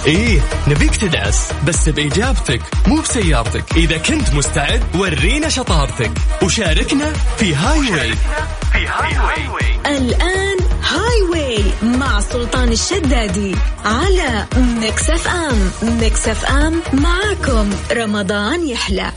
إيه نبيك تدعس بس بإجابتك مو بسيارتك. إذا كنت مستعد ورينا شطارتك وشاركنا في هاي واي. الآن هاي واي مع سلطان الشدادي على ميكس اف ام. ميكس اف ام معاكم رمضان يحلى.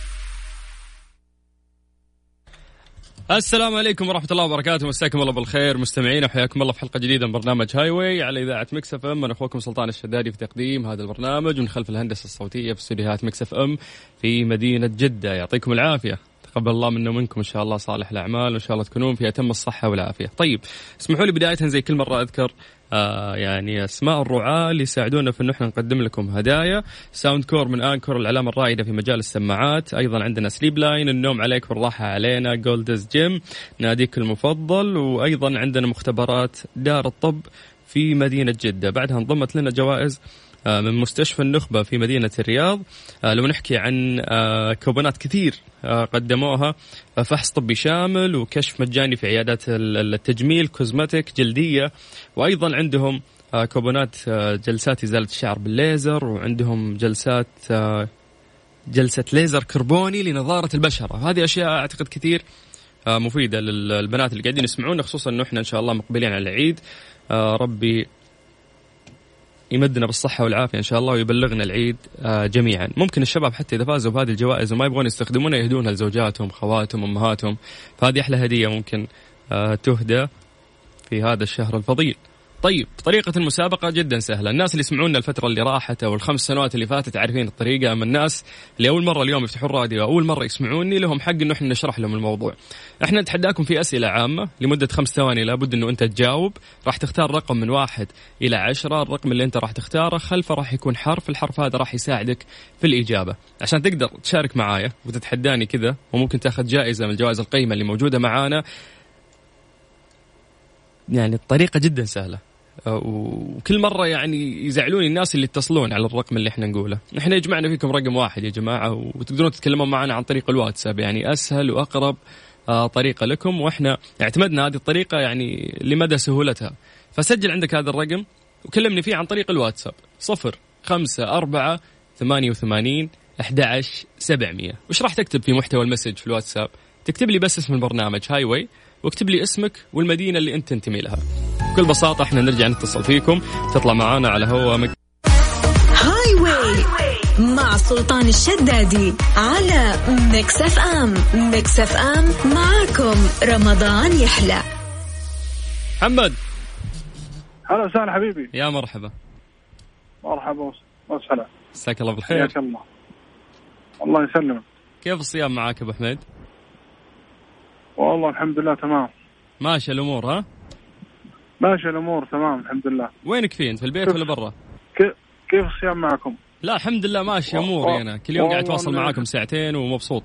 السلام عليكم ورحمة الله وبركاته، مساكم الله بالخير مستمعين، وحياكم الله في حلقة جديدة من برنامج هاي واي على إذاعة ميكس اف ام. أنا أخوكم سلطان الشدادي في تقديم هذا البرنامج، ومن خلف الهندسة الصوتية في استديوهات ميكس اف ام في مدينة جدة. يعطيكم العافية، تقبل الله منا ومنكم إن شاء الله صالح الأعمال، وإن شاء الله تكونون في أتم الصحة والعافية. طيب اسمحوا لي بداية زي كل مرة أذكر يعني أسماء الرعاة اللي يساعدونا في أنه إحنا نقدم لكم هدايا. ساوند كور من آنكور، العلامة الرائدة في مجال السماعات. أيضا عندنا سليب لاين، النوم عليك والراحة علينا. جولدز جيم، ناديك المفضل. وأيضا عندنا مختبرات دار الطب في مدينة جدة. بعدها انضمت لنا جوائز من مستشفى النخبة في مدينة الرياض. لو نحكي عن كوبونات كثير قدموها، فحص طبي شامل وكشف مجاني في عيادات التجميل، كوزمتيك، جلدية. وأيضا عندهم كوبونات جلسات إزالة الشعر بالليزر، وعندهم جلسة ليزر كربوني لنظارة البشرة. هذه أشياء أعتقد كثير مفيدة للبنات اللي قاعدين يسمعونا، خصوصا أنه إحنا إن شاء الله مقبلين على العيد. ربي يمدنا بالصحة والعافية إن شاء الله ويبلغنا العيد جميعا. ممكن الشباب حتى إذا فازوا بهذه الجوائز وما يبغون يستخدمونها يهدونها لزوجاتهم، خواتهم، أمهاتهم، فهذه أحلى هدية ممكن تهدى في هذا الشهر الفضيل. طيب طريقة المسابقة جدا سهلة. الناس اللي يسمعونا الفترة اللي راحت أو ال5 سنوات اللي فاتت عارفين الطريقة، أما الناس اللي أول مرة اليوم يفتحوا الراديو أول مرة يسمعوني لهم حق إنه إحنا نشرح لهم الموضوع. إحنا نتحداكم في أسئلة عامة لمدة 5 ثواني، لابد إنه أنت تجاوب. راح تختار رقم من 1 إلى 10. الرقم اللي أنت راح تختاره خلفه راح يكون حرف، الحرف هذا راح يساعدك في الإجابة. عشان تقدر تشارك معايا وتتحداني كذا وممكن تاخذ جائزة من الجوائز القيمة اللي موجودة معانا. يعني الطريقة جدا سهلة، وكل مرة يعني يزعلوني الناس اللي يتصلون على الرقم اللي احنا نقوله. احنا يجمعنا فيكم رقم واحد يا جماعة، وتقدرون تتكلمون معنا عن طريق الواتساب، يعني أسهل وأقرب طريقة لكم، وإحنا اعتمدنا هذه الطريقة يعني لمدى سهولتها. فسجل عندك هذا الرقم وكلمني فيه عن طريق الواتساب 0548811700. وش راح تكتب في محتوى المسج في الواتساب؟ تكتب لي بس اسم البرنامج هاي واي، واكتب لي اسمك والمدينة اللي أنت تنتمي لها. بكل بساطة احنا نرجع نتصل فيكم، تطلع معانا على هوا هاي واي مع سلطان الشدادي على ميكس اف ام. ميكس اف ام معاكم رمضان يحلى. محمد، هلا وسهلا حبيبي. يا مرحبا. مرحبا وسهلا، مساك الله بالخير. حياك الله. الله يسلمك. كيف الصيام معاك ابو حميد؟ والله الحمد لله تمام، ماشي الامور. ها ماشي الامور تمام الحمد لله. وينك فين، في البيت ولا برا؟ كيف الصيام معكم؟ لا الحمد لله ماشي اموري. انا كل يوم قاعد اتواصل معاكم ساعتين ومبسوط.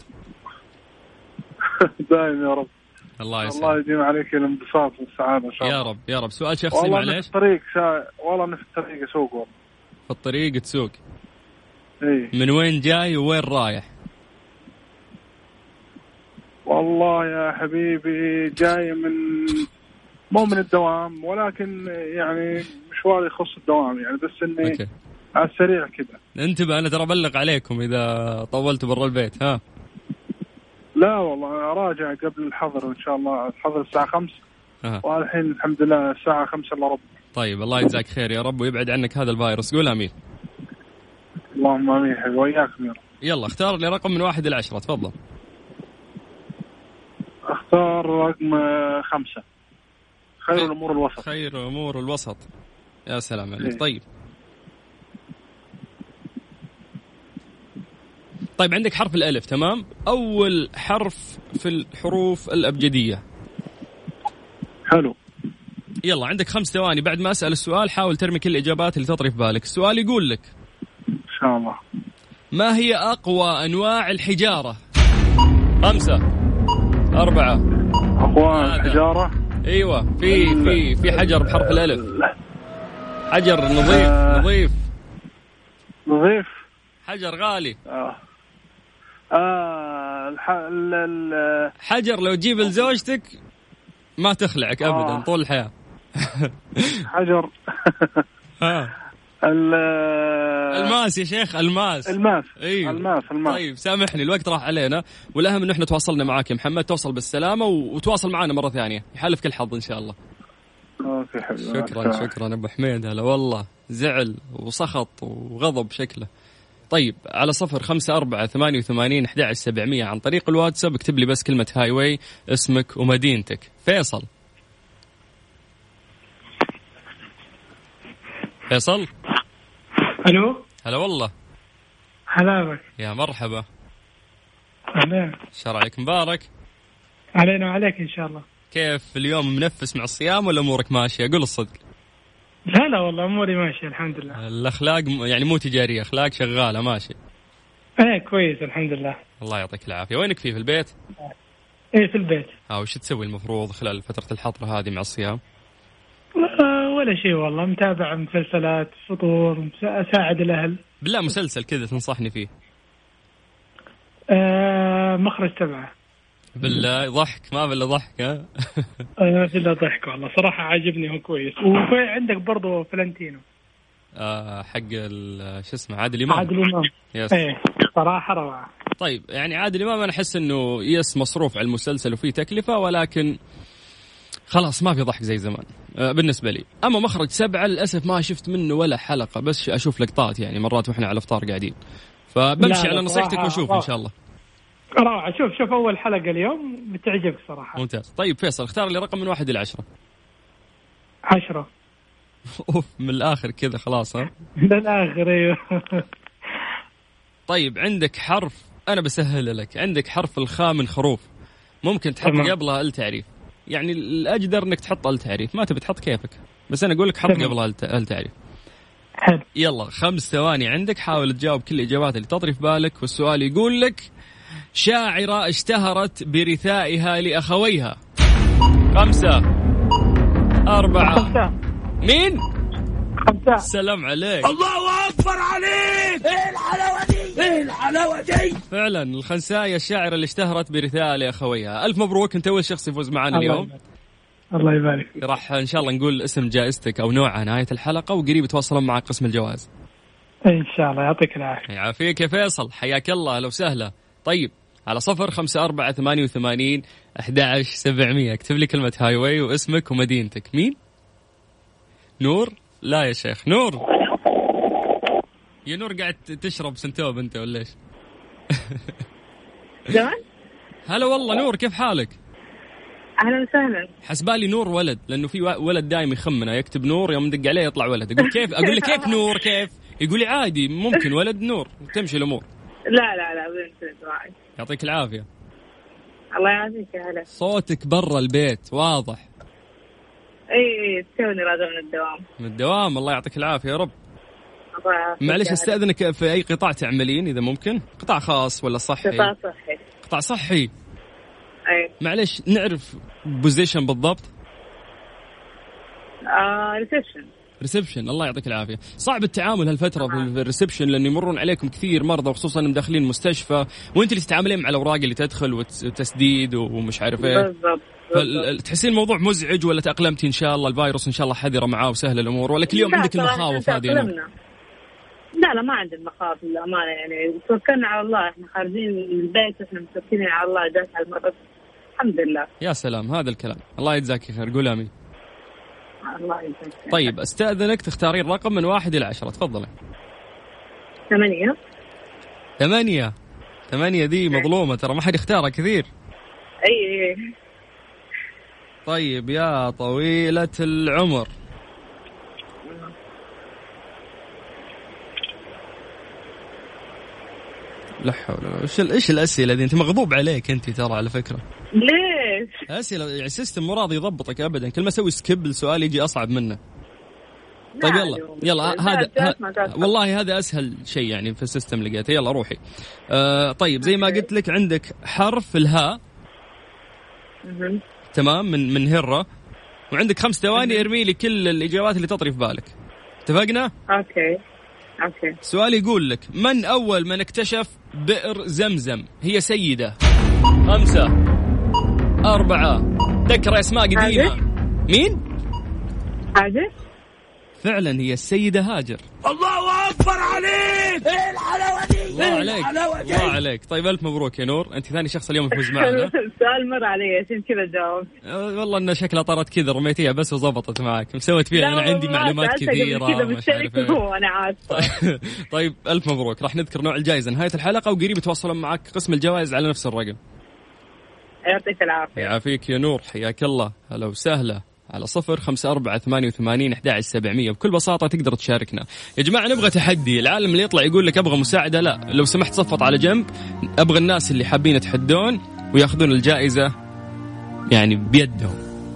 دائما يا رب. الله يسلمك، الله يديم عليك الانبساط والسعاده ان شاء الله. يا رب يا رب. سؤال شخصي معليش. والله في الطريق والله أنا في الطريق اسوق. والله في الطريق تسوق؟ ايه. من وين جاي وين رايح؟ والله يا حبيبي جاي مو من الدوام، ولكن يعني مشوار يخص الدوام يعني، بس اني أوكي. على السريع كذا. انتبه انا ترى ابلغ عليكم اذا طولتوا برا البيت. ها لا والله راجع قبل الحظر ان شاء الله. الحظر الساعة 5 والحين الحمد لله الساعة 5 الا ربع. طيب الله يجزاك خير يا رب ويبعد عنك هذا الفيروس. قول امين. اللهم امين حبيبي وياكم يا رب. يلا اختار لي رقم من 1 إلى 10 تفضل. اختار رقم 5. خير الامور الوسط. خير الامور الوسط. يا سلام عليك. إيه. طيب عندك حرف الألف، تمام؟ أول حرف في الحروف الأبجدية. حلو. يلا عندك 5 ثواني بعد ما أسأل السؤال، حاول ترمي كل الإجابات اللي تطري في بالك. السؤال يقول لك إن شاء الله: ما هي أقوى أنواع الحجارة؟ 5 4 أقوى الحجارة. أيوة في حجر بحرف الألف. حجر نظيف نظيف. حجر غالي. حجر لو تجيب لزوجتك ما تخلعك أبدا طول الحياة. حجر. الماس يا شيخ، الماس. أيوه. الماس. طيب سامحني الوقت راح علينا، والأهم إنه إحنا تواصلنا معاك يا محمد، توصل بالسلامة وتواصل معنا مرة ثانية، يحالف كل حظ إن شاء الله. شكرا أبو حميد. هلا والله، زعل وسخط وغضب شكله. طيب على 0548811700 عن طريق الواتساب اكتب لي بس كلمة هاي واي، اسمك ومدينتك. فيصل. الو. هلا والله. هلا بك. يا مرحبا. اهلا. شرعك مبارك. علينا وعليك ان شاء الله. كيف اليوم، منفس مع الصيام ولا امورك ماشيه؟ قول الصدق. لا والله اموري ماشيه الحمد لله. الاخلاق يعني مو تجاريه، اخلاق شغاله ماشي. ايه كويس الحمد لله. الله يعطيك العافيه. وينك في البيت؟ ايه في البيت. وش تسوي المفروض خلال فتره الحظر هذه مع الصيام؟ ولا شيء والله، متابع مسلسلات، فطور، اساعد الاهل. بالله مسلسل كذا تنصحني فيه؟ مخرج 7. بالله ضحك، ما بالله ضحك. ها بالله ضحك والله، صراحه عاجبني، هو كويس. وفي عندك برضو فلنتينو حق شو اسمه، عادل امام. يس. ايه صراحه روعه. طيب يعني عادل امام انا احس انه مصروف على المسلسل وفيه تكلفه، ولكن خلاص ما في ضحك زي زمان بالنسبه لي. اما مخرج 7 للاسف ما شفت منه ولا حلقه، بس اشوف لقطات يعني مرات واحنا على الافطار قاعدين، فبمشي على نصيحتك واشوف ان شاء الله. روعه. شوف اول حلقه اليوم بتعجبك صراحه. ممتاز. طيب فيصل، اختار لي رقم من 1 إلى 10. 10. من الاخر كذا خلاص. ها من الاخر ايوه. طيب عندك حرف، انا بسهل لك، عندك حرف الخاء من خروف، ممكن تحط قبلها التعريف، يعني الاجدر انك تحط التعريف، ما تبي تحط كيفك، بس انا اقول لك حط قبلها التعريف. حلو. يلا 5 ثواني عندك، حاول تجاوب كل الاجابات اللي تطري في بالك. والسؤال يقول لك شاعرة اشتهرت برثائها لأخويها. 5 4 5. مين؟ 5. السلام عليك. الله أكبر عليك. ايه الحلاوة دي، ايه الحلاوة دي. فعلا الخنساية الشاعرة اللي اشتهرت برثائها لأخويها. ألف مبروك، انت أول شخص يفوز معنا اليوم. الله يبارك. راح إن شاء الله نقول اسم جائزتك أو نوعها نهاية الحلقة، وقريب يتواصلون مع قسم الجوائز إن شاء الله. يعطيك العافية. يعافيك يا فيصل، حياك الله، لو سهلة. طيب على 0548811700 اكتب لي كلمة هاي واي واسمك ومدينتك. مين؟ نور؟ لا يا شيخ نور. يا نور قاعد تشرب سنتوب انت ولا ايش؟ زمان؟ هلا والله نور، كيف حالك؟ اهلا وسهلا. حسبالي نور ولد، لانه في ولد دايم يخمنه يكتب نور، يوم ندق عليه يطلع ولد. اقول كيف؟ اقول له كيف نور كيف؟ يقول لي عادي ممكن ولد نور، تمشي الامور. لا بنت. يعطيك العافية. الله يعافيك يا هلا. صوتك برا البيت واضح. اي توني راجع من الدوام. الله يعطيك العافية يا رب. الله يعافيك. معلش استأذنك، في أي قطاع تعملين إذا ممكن؟ قطاع خاص ولا صحي؟ قطاع صحي. اي معلش نعرف بوزيشن بالضبط. ريسبشن. الله يعطيك العافية. صعب التعامل هالفترة في الريسبشن، لأنه يمرون عليكم كثير مرضى، وخصوصا انهم داخلين مستشفى، وانت اللي تتعاملين مع الأوراق اللي تدخل وتسديد ومش عارف ايه. بالضبط. تحسين الموضوع مزعج ولا تأقلمتي إن شاء الله؟ الفيروس إن شاء الله حذرة معاه وسهل الأمور، ولا كل يوم عندك المخاوف هذه؟ لا ما عندي المخاوف للأمانة، يعني توكلنا على الله. احنا خارجين من البيت واحنا متوكلين على الله، جالس على المرض الحمد لله. يا سلام، هذا الكلام. الله يجزاك خير. قول آمين. الله يجزاك. طيب استأذنك تختارين رقم من 1 إلى 10. تفضلي. 8. 8 دي مظلومة ترى، ما حد يختارها كثير. اي. طيب يا طويلة العمر، لا حول ولا قوة. ايش الأسئلة دي؟ انت مغضوب عليك انت ترى على فكرة. ليش؟ أسئلة يعني السيستم مو راضي يضبطك ابدا، كل ما اسوي سكيب السؤال يجي اصعب منه. طيب يلا هذا والله هذا اسهل شيء يعني في السيستم لقيته. يلا روحي. طيب زي ما قلت لك عندك حرف الهاء. تمام، من هرة، وعندك 5 ثواني ارمي لي كل الإجابات اللي تطري في بالك. اتفقنا؟ اوكي. سؤال يقول لك من أول من اكتشف بئر زمزم؟ هي سيدة. 5 4 ذكر أسماء قديمة. مين؟ عادل. فعلا هي السيدة هاجر. الله أكبر عليك. إيه الحلاوة دي؟ الله عليك. طيب ألف مبروك يا نور، أنت ثاني شخص اليوم يفوز معنا. السؤال مر علي عشان كذا جاوب. والله إن شكلها طارت كذا، رميتيها بس وضبطت معك، مسويت فيها أنا عندي معلومات كثيرة مش عارف هو أنا عارفة. طيب ألف مبروك، راح نذكر نوع الجائزة نهاية الحلقة، وقريب يتواصلون معك قسم الجوائز على نفس الرقم. يعطيك العافية. يعافيك يا نور، حياك الله، هلا وسهلا. على 0548811700. بكل بساطة تقدر تشاركنا. يا جماعة نبغى تحدي، العالم اللي يطلع يقول لك أبغى مساعدة لا، لو سمحت صفط على جنب. أبغى الناس اللي حابين يتحدون ويأخذون الجائزة يعني بيدهم.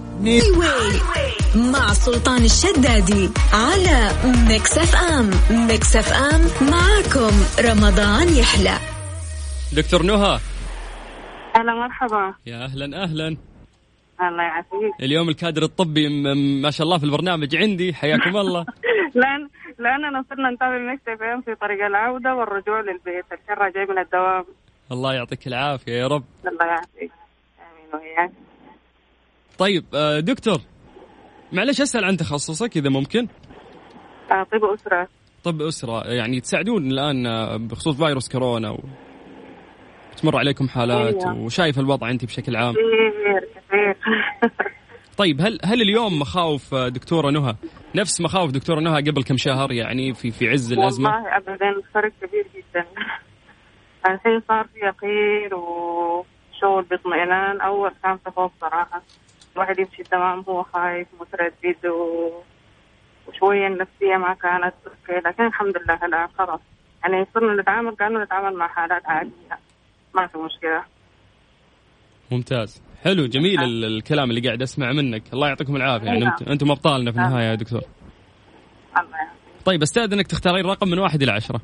مع سلطان الشدادي على ميكس اف ام. ميكس اف ام معكم رمضان يحلى. دكتور نهى. أهلا مرحبا. يا أهلا أهلا. الله يعافيك. اليوم الكادر الطبي ما شاء الله في البرنامج عندي، حياكم الله. لأننا صرنا نتابع ميكس اف ام في طريق العودة والرجوع للبيت، الكرة جاي من الدوام. الله يعطيك العافية يا رب. الله يعافيك. آمين وإياك. طيب دكتور معلش أسأل عن تخصصك إذا ممكن. طب أسرة. طب أسرة، يعني تساعدون الآن بخصوص فيروس كورونا تمر عليكم حالات وشايف الوضع أنت بشكل عام؟ كثير. طيب هل اليوم مخاوف دكتورة نهى نفس مخاوف دكتورة نهى قبل كم شهر، يعني في عز الأزمة؟ والله أبدا، فرق كبير جدا. الحين صار في يقين وشغل باطمئنان. أول كان خوف صراحة، الواحد يمشي تمام هو خايف متردد وشوية النفسية ما كانت اوكي، لكن الحمد لله الآن خلاص يعني صرنا نتعامل كأنه نتعامل مع حالات عادية، ما في مشكلة. ممتاز، حلو، جميل الكلام اللي قاعد أسمع منك. الله يعطيكم العافية، يعني أنتم أبطالنا في النهاية يا دكتور. الله يعافيك. طيب أستأذنك تختارين رقم من 1 إلى 10.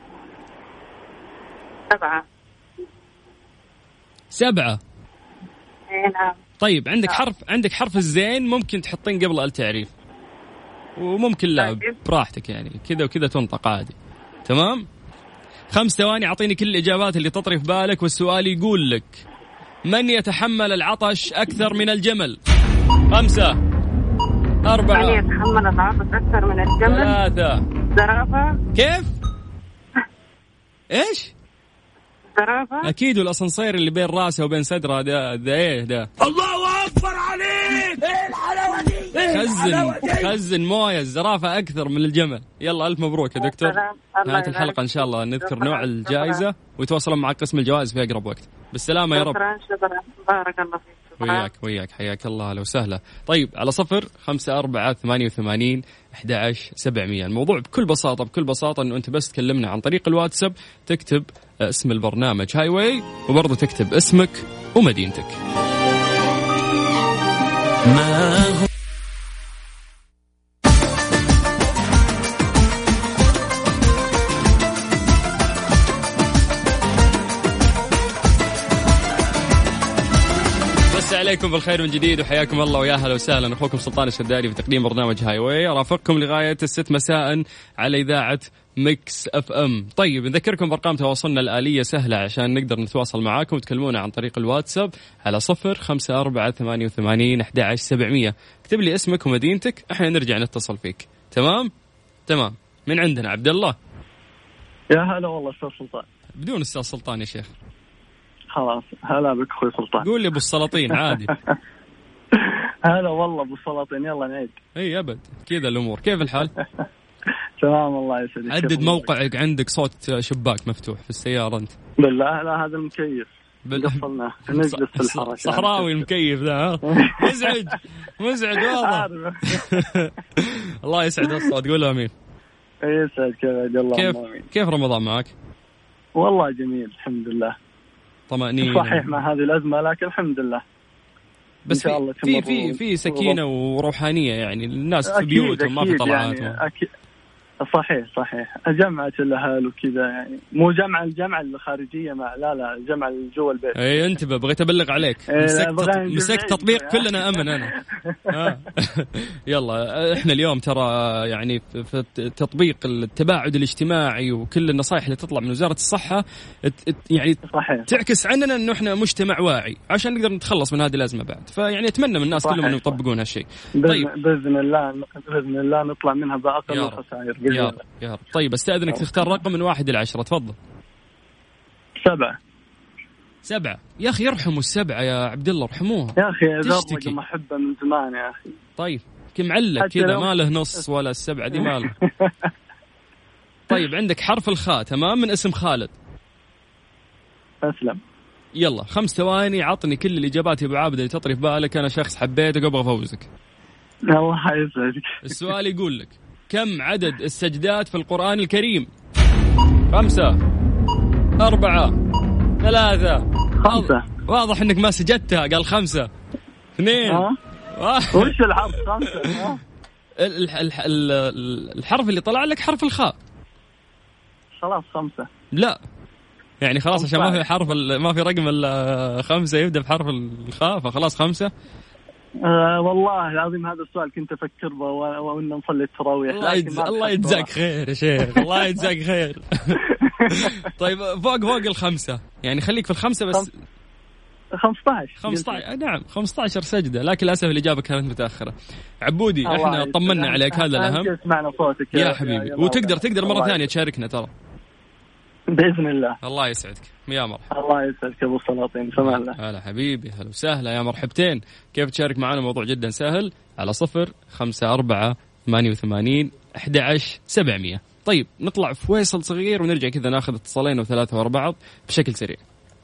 7. 7. نعم. طيب عندك حرف الزين، ممكن تحطين قبل التعريف وممكن لا، براحتك يعني كذا وكذا تنطق عادي. تمام. 5 ثواني أعطيني كل الإجابات اللي تطري في بالك، والسؤال يقول لك من يتحمل العطش أكثر من الجمل؟ 5 4 من يتحمل العطش أكثر من الجمل؟ 3. زرافة. كيف؟ إيش؟ زرافة. أكيد، والأسانسير اللي بين راسه وبين صدره ده إيه ده؟ الله أكبر عليك. إيه الحلاوة دي؟ خزن موية الزرافة أكثر من الجمل. يلا ألف مبروك يا دكتور. نهاية الحلقة إن شاء الله نذكر نوع الجائزة ويتواصلون مع قسم الجوائز في أقرب وقت. بالسلامة يا رب. شكرا. بارك الله فيك. وياك حياك الله، لو سهلة. طيب على 0548811700. الموضوع بكل بساطة إنه أنت بس تكلمنا عن طريق الواتساب، تكتب اسم البرنامج هاي واي، وبرضه تكتب اسمك ومدينتك. عليكم بالخير من جديد، وحياكم الله ويا هلا وسهلا. اخوكم سلطان الشدادي في تقديم برنامج هاي واي، ارافقكم لغايه 6 مساء على اذاعه ميكس اف ام. طيب نذكركم بارقام تواصلنا الآلية سهله عشان نقدر نتواصل معاكم وتكلمونا عن طريق الواتساب على 0548811700. اكتب لي اسمك ومدينتك، احنا نرجع نتصل فيك. تمام. من عندنا عبد الله. يا هلا والله استاذ سلطان. بدون استاذ سلطان يا شيخ. خلاص هلا بك اخوي سلطان. قول لي ابو السلاطين عادي. هلا والله ابو السلاطين، يلا نعيد. اي ابد كذا الامور. كيف الحال؟ تمام الله يسعدك. عدد موقعك، عندك صوت شباك مفتوح في السياره انت؟ بالله لا، هذا المكيف قفلناه نجلس في الحركه. صحراوي المكيف ذا مزعج واضح. الله يسعد الصوت. قول امين. يسعد كذا. الله كيف رمضان معك؟ والله جميل الحمد لله. طمأنينة. صحيح مع هذه الأزمة لكن الحمد لله. بس في سكينة وروحانية، يعني الناس في بيوتهم ما في طلعات. يعني صحيح جمعة الأهل وكذا يعني، مو الجامعة الخارجية مع لا الجامعة جوا البيت. اي انتبه، بغيت ابلغ عليك. مسكت تطبيق كلنا امن انا. يلا احنا اليوم ترى يعني في تطبيق التباعد الاجتماعي وكل النصائح اللي تطلع من وزارة الصحة يعني صحيح. تعكس عننا انه احنا مجتمع واعي عشان نقدر نتخلص من هذه الأزمة بعد. فيعني اتمنى من الناس كلهم انه يطبقون هالشيء. طيب بإذن الله نطلع منها بأقل الخسائر. يا رب. طيب استأذنك تختار رقم من 1 إلى 10. تفضل. 7. يا أخي يرحموا 7 يا عبد الله، ارحموها يا أخي. رقم محبة من زمان يا أخي. طيب كم معلق كذا، ما له نص ولا 7 دي ما له. طيب عندك حرف الخاء، تمام، من اسم خالد. أسلم. يلا 5 ثواني، عطني كل الإجابات يا أبو عابد اللي تطري في بالك. أنا شخص حبيتك وأبغى أفوزك. الله يسعدك. السؤال يقول لك كم عدد السجدات في القرآن الكريم؟ 5 4 3 5. واضح انك ما سجدتها. قال 5 2 1. وش الحرف 5؟ الحرف اللي طلع لك حرف الخاء. خلاص 5. لا يعني خلاص عشان ما في حرف ما في رقم الا 5 يبدأ بحرف الخاء، فخلاص 5. والله العظيم هذا السؤال كنت أفكر به وإن نصلي التراويح. الله يجزاك خير يا شيخ، الله يجزاك خير. طيب فوق 5 يعني، خليك في 5 بس. 15. نعم 15 سجدة، لكن للأسف الإجابة كانت متأخرة. عبودي احنا طمنا عليك، هذا الأهم. سمعنا صوتك يا حبيبي، وتقدر مرة ثانية تشاركنا ترى بإذن الله. الله يسعدك يا مرحبا. الله يسعدك أبو السلاطين. سمع الله. هلا حبيبي، هلا وسهلا يا مرحبتين. كيف تشارك معنا؟ موضوع جدا سهل، على 054-88-11-700. طيب نطلع في فيصل صغير ونرجع كذا ناخذ اتصالين وثلاثة ورا بعض بشكل سريع.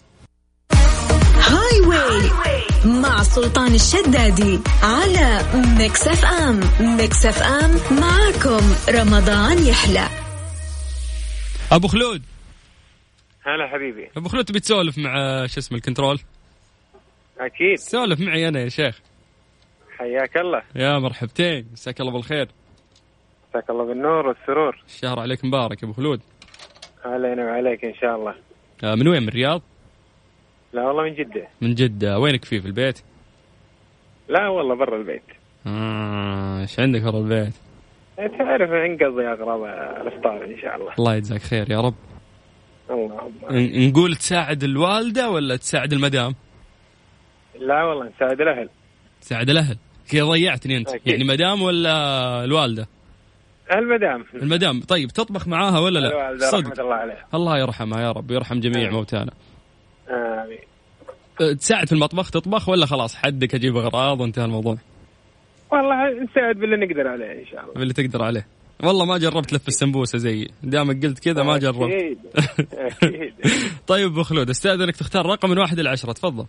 هاي واي مع سلطان الشدادي على ميكس اف ام. ميكس اف ام معكم رمضان يحلى. أبو خلود. هلا حبيبي. أبو خلود، تبي تسولف مع شو اسمه الكنترول؟ أكيد. سولف معي أنا يا شيخ. حياك الله. يا مرحبتين، مساك الله بالخير. مساك الله بالنور والسرور. الشهر عليك مبارك يا أبو خلود. علينا وعليك إن شاء الله. من وين؟ من الرياض؟ لا والله من جدة. من جدة. وينك في البيت؟ لا والله برا البيت. إيش عندك برا البيت؟ تعرف نقضي أغراض الإفطار إن شاء الله. الله يجزاك خير يا رب. اللهم. نقول تساعد الوالدة ولا تساعد المدام؟ لا والله نساعد الأهل. تساعد الأهل. كذا ضيعتني أنت. أكيد. يعني مدام ولا الوالدة؟ المدام. طيب تطبخ معاها ولا لا؟ الوالدة رحمة الله عليها. الله يرحمها يا رب، يرحم جميع موتانا. آمين. تساعد في المطبخ، تطبخ، ولا خلاص حدك أجيب أغراض وانتهى الموضوع؟ والله نساعد باللي نقدر عليه إن شاء الله. باللي تقدر عليه. والله ما جربت لف السمبوسة زي دامك قلت كذا، ما جربت. أكيد. طيب أبو خلود، استأذنك تختار رقم من 1 إلى 10. تفضل.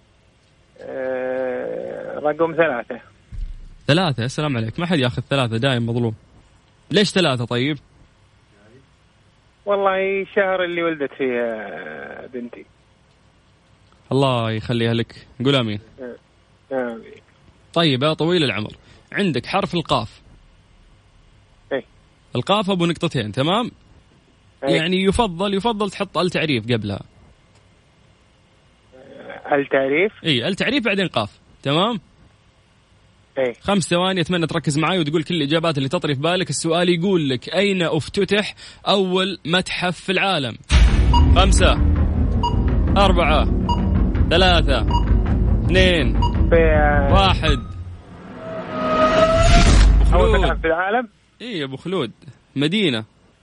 رقم 3. 3. السلام عليك، ما حد ياخذ 3، دائم مظلوم. ليش 3 طيب؟ والله شهر اللي ولدت فيه بنتي. الله يخليها لك، قول آمين. آمين. طيب يا طويل العمر، عندك حرف القاف. إيه؟ القاف أبو نقطتين، تمام؟ إيه؟ يعني يفضل تحط التعريف قبلها. التعريف؟ إيه التعريف بعدين قاف، تمام؟ إيه؟ 5 ثواني، أتمنى تركز معي وتقول كل الإجابات اللي تطري في بالك. السؤال يقول لك أين افتتح أول متحف في العالم؟ 5 4 3 2 1. أول متحف في العالم؟ إيه يا أبو خلود، مدينة.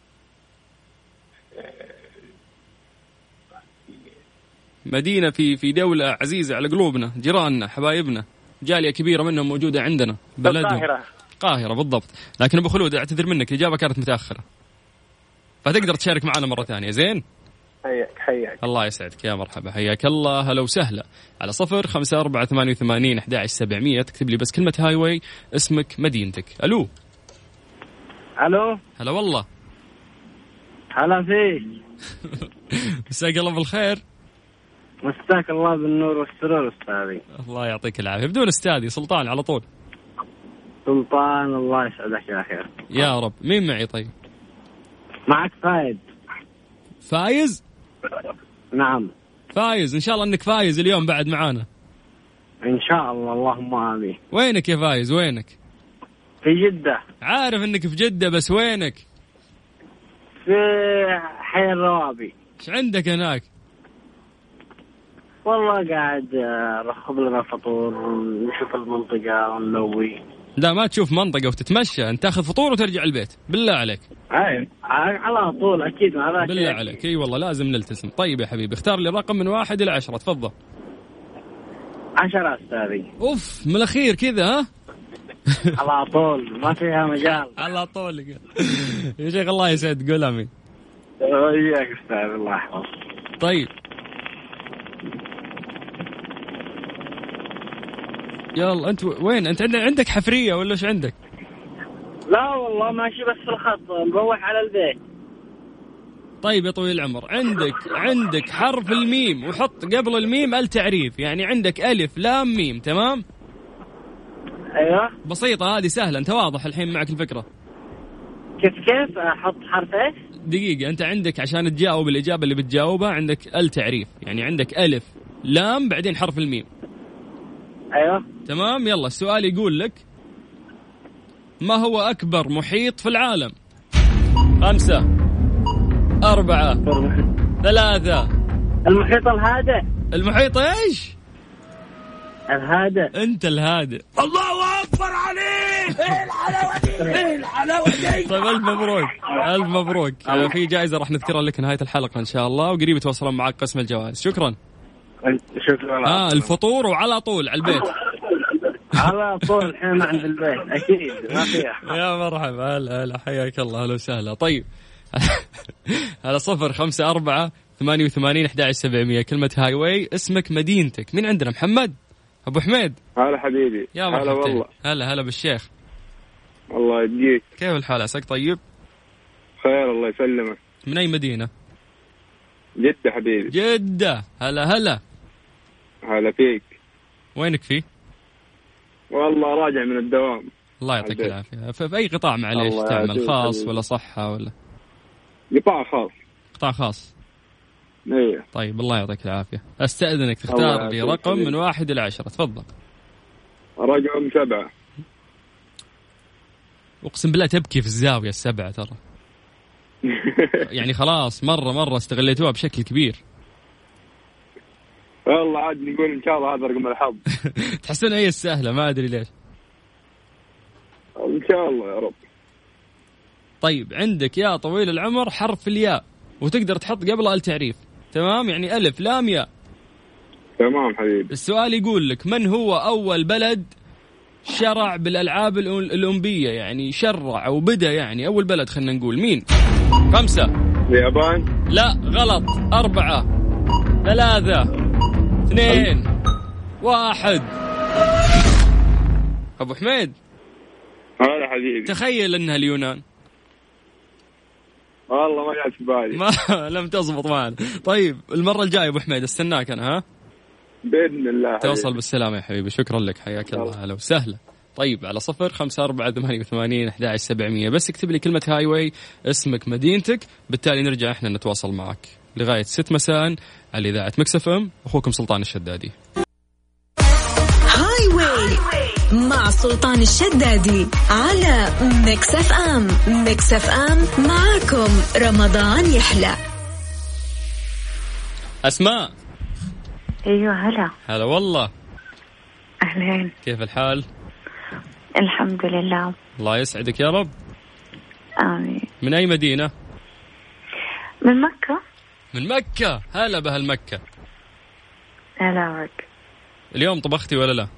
مدينة في دولة عزيزة على قلوبنا، جيراننا، حبايبنا، جالية كبيرة منهم موجودة عندنا بلدهم. القاهرة بالضبط. لكن أبو خلود أعتذر منك، الإجابة كانت متأخرة، فتقدر تشارك معنا مرة ثانية. زين؟ حياك. الله يسعدك يا مرحبا، حياك الله. هلا وسهلا. على 054-88-11-700 تكتب لي بس كلمة هاي واي، اسمك، مدينتك. ألو. هلا والله. هلا فيك. مساك الله بالخير. مساك الله بالنور والسرور أستاذي. الله يعطيك العافية. بدون أستاذي، سلطان على طول. سلطان. الله يسعدك يا خير. يا رب. مين معي طيب؟ معك فايز. فايز؟ نعم فايز، إن شاء الله أنك فايز اليوم بعد معانا. إن شاء الله، اللهم آمين. وينك يا فايز، وينك؟ في جدة. عارف أنك في جدة، بس وينك؟ في حي الروابي. إيش عندك هناك؟ والله قاعد رخب لنا فطور ونشوف المنطقة ونلوي. لا ما تشوف منطقة وتتمشى، أنت تاخذ فطور وترجع البيت بالله عليك. أي على طول أكيد، ما هذا بالله عليك. إي والله لازم نلتزم. طيب يا حبيبي اختار لي رقم من 1 إلى 10، تفضل. 10 أستاذي. أوف، من الأخير كذا ها؟ على طول ما فيها مجال. على طول يا شيخ، الله يسعد، قول آمين. وياك أستاذ، الله يحفظك. طيب يلا أنت وين؟ أنت عندك حفرية ولا إيش عندك؟ لا والله ماشي بس في الخط، نروح على البيت. طيب يا طويل العمر، عندك حرف الميم وحط قبل الميم التعريف، يعني عندك ألف لام ميم، تمام؟ أيوة بسيطة هذه، سهلة، أنت واضح الحين معك الفكرة. كيف أحط حرف إيش؟ دقيقة، أنت عندك عشان تجاوب الإجابة اللي بتجاوبها عندك التعريف، يعني عندك ألف لام بعدين حرف الميم. أيوة تمام. يلا السؤال يقول لك: ما هو أكبر محيط في العالم؟ 5 4 3. المحيط الهادئ. المحيط إيش؟ الهادئ. أنت الهادئ. الله أكبر عليك. إيه الحلاوة دي، إيه الحلاوة دي. طيب ألف مبروك، ألف مبروك. في جائزة راح نذكرها لك نهاية الحلقة إن شاء الله، وقريب يتواصلون معك قسم الجوائز. شكرا. شكرا. الفطور وعلى طول على البيت. على طول الحين عند البيت أكيد ما فيها. يا مرحبا، هلا حياك الله، هلا وسهلا. طيب على 054 88 11700 كلمة هاي واي، اسمك مدينتك. مين عندنا؟ محمد أبو حميد. هلا حبيبي. يا مرحبا والله. هلا بالشيخ. الله يديك. كيف الحال؟ عساك طيب؟ خير الله يسلمك. من أي مدينة؟ جدة حبيبي. جدة. هلا فيك. وينك فيه؟ والله راجع من الدوام. الله يعطيك العافية. في أي قطاع معليش تعمل؟ خاص ولا صحة ولا؟ قطاع خاص. قطاع خاص. ايه. طيب الله يعطيك العافية. أستأذنك تختار لي رقم من 1 إلى 10، تفضل. رقم 7. أقسم بالله تبكي في الزاوية 7 ترى. يعني خلاص مرة استغليتوها بشكل كبير. والله عاد نقول إن شاء الله هذا رقم الحظ. تحسن هي السهلة، ما أدري ليش. إن شاء الله يا رب. طيب عندك يا طويل العمر حرف الياء، وتقدر تحط قبلها التعريف، تمام؟ يعني ألف لام ياء. تمام حبيبي. السؤال يقول لك: من هو أول بلد شرع بالألعاب الأولمبية؟ يعني شرع أو بدأ، يعني أول بلد خلنا نقول. مين؟ 5. اليابان. لا غلط. 4 3 2 1. أبو حميد. هلا حبيبي. تخيل أنها اليونان. والله ما جات في بالي. ما لم تزبط معنا. طيب المرة الجاية أبو حميد استناك أنا. ها بإذن الله. توصل بالسلامة يا حبيبي. شكرا لك، حياك الله. هلا وسهلا. طيب على 054 88 11700 بس اكتب لي كلمة هاي واي، اسمك مدينتك، بالتالي نرجع احنا نتواصل معك لغاية 6 مساء على إذاعة ميكس اف ام. أخوكم سلطان الشدادي. هاي واي مع سلطان الشدادي على ميكس اف ام. ميكس اف ام معكم رمضان يحلى. أسماء. ايوه هلا والله. اهلين. كيف الحال؟ الحمد لله. الله يسعدك يا رب. امين. من اي مدينة؟ من مكة. من مكة. هلا بهالمكة. هلا بك. اليوم طبختي ولا لا؟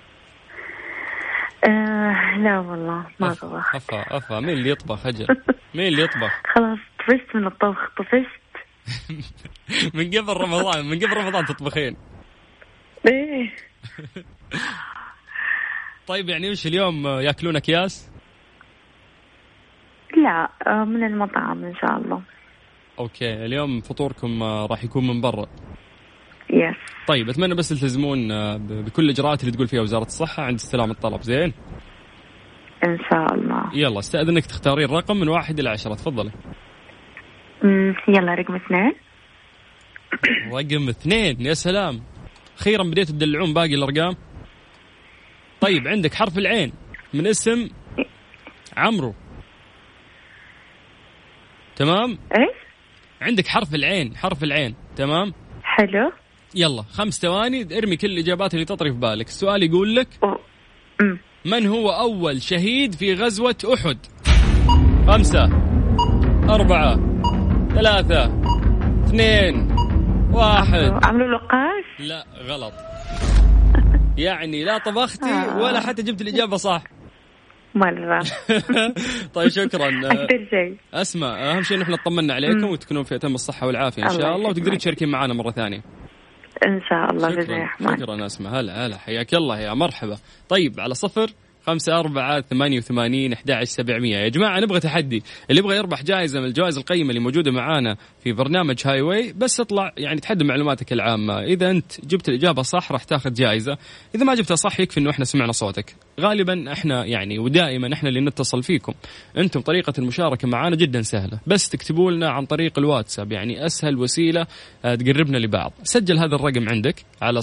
لا والله ما طبخت. أفا مين اللي يطبخ أجل؟ مين اللي يطبخ؟ خلاص طفشت من الطبخ، طفشت. من قبل رمضان تطبخين؟ ايه. طيب يعني وش اليوم ياكلون أكياس؟ لا من المطعم إن شاء الله. أوكي، اليوم فطوركم راح يكون من برا. يس. طيب أتمنى بس تلتزمون بكل الإجراءات اللي تقول فيها وزارة الصحة عند استلام الطلب. زين إن شاء الله. يلا استأذنك تختارين رقم من 1 إلى 10، تفضلي. يلا رقم 2. رقم 2 يا سلام، أخيرا بديت تدلعون باقي الأرقام. طيب عندك حرف العين من اسم عمرو، تمام؟ ايش؟ عندك حرف العين تمام؟ حلو. يلا 5 ثواني ارمي كل الإجابات اللي تطري في بالك. السؤال يقول لك من هو أول شهيد في غزوة أحد؟ 5 4 3 2 1. عملوا لقاش؟ لا غلط. يعني لا طبختي ولا حتى جبت الإجابة صح مرة. طيب شكرا. أكثر شيء أسمع، أهم شيء نحن نطمنا عليكم وتكونون في أتم الصحة والعافية إن شاء الله، وتقدرين تشاركين معنا مرة ثانية إن شاء الله. شكرا أسمع. هلا حياك الله يا مرحبا. طيب على 054-88-11-700 يا جماعة نبغى تحدي، اللي يبغى يربح جائزة من الجوائز القيمة اللي موجودة معانا في برنامج هاي واي، بس اطلع يعني تحدي معلوماتك العامة. إذا أنت جبت الإجابة صح راح تاخذ جائزة، إذا ما جبتها صح يكفي إنه إحنا سمعنا صوتك. غالبا إحنا يعني ودائما إحنا اللي نتصل فيكم. أنتم طريقة المشاركة معانا جدا سهلة، بس تكتبوا لنا عن طريق الواتساب، يعني أسهل وسيلة تقربنا لبعض. سجل هذا الرقم عندك على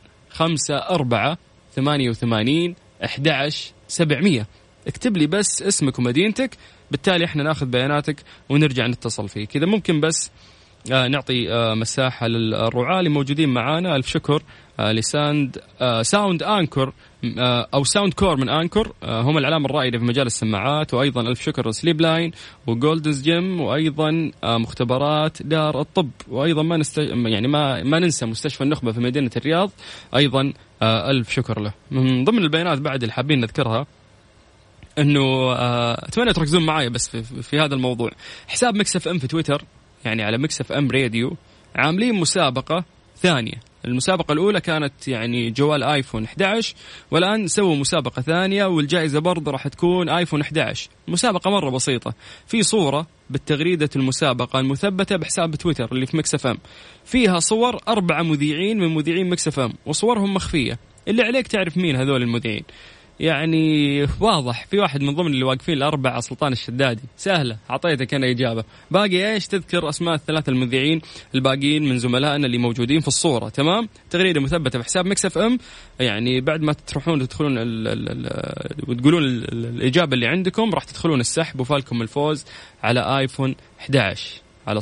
054-88-11-700. اكتب لي بس اسمك ومدينتك، بالتالي احنا ناخذ بياناتك ونرجع نتصل فيك. كذا ممكن بس نعطي مساحة للرعاة اللي موجودين معانا. ألف شكر لساند ساوند أنكر أو ساوند كور من أنكر، هم العلامة الرائدة في مجال السماعات. وأيضا ألف شكر لسليب لاين وجولدز جيم، وأيضا مختبرات دار الطب، وأيضا ما ننسى مستشفى النخبة في مدينة الرياض أيضا ألف شكر له. من ضمن البيانات بعد اللي حابين نذكرها أنه أتمنى تركزون معايا بس في هذا الموضوع. حساب ميكس اف ام في تويتر، يعني على ميكس اف ام راديو، عاملين مسابقة ثانية. المسابقة الأولى كانت يعني جوال آيفون 11، والآن سووا مسابقة ثانية والجائزة برضه راح تكون آيفون 11. مسابقة مرة بسيطة، في صورة بالتغريدة المسابقة المثبتة بحساب تويتر اللي في ميكس اف ام، فيها صور 4 مذيعين من مذيعين ميكس اف ام وصورهم مخفية. اللي عليك تعرف مين هذول المذيعين، يعني واضح في واحد من ضمن اللي واقفين الأربعة سلطان الشدادي. سهلة، عطيتك أنا إجابة. باقي إيش؟ تذكر أسماء ال3 المذيعين الباقيين من زملائنا اللي موجودين في الصورة، تمام؟ تغريدة مثبتة بحساب ميكس اف ام، يعني بعد ما تروحون تدخلون وتقولون الإجابة اللي عندكم راح تدخلون السحب وفالكم الفوز على آيفون 11 على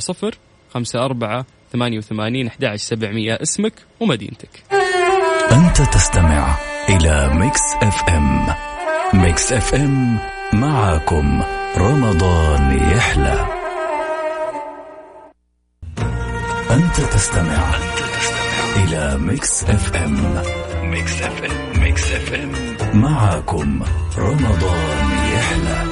054-88-11-700. اسمك ومدينتك. أنت تستمع إلى ميكس اف ام. ميكس اف ام معكم رمضان يحلى. أنت تستمع إلى ميكس اف ام. ميكس اف ام. ميكس اف ام معكم رمضان يحلى.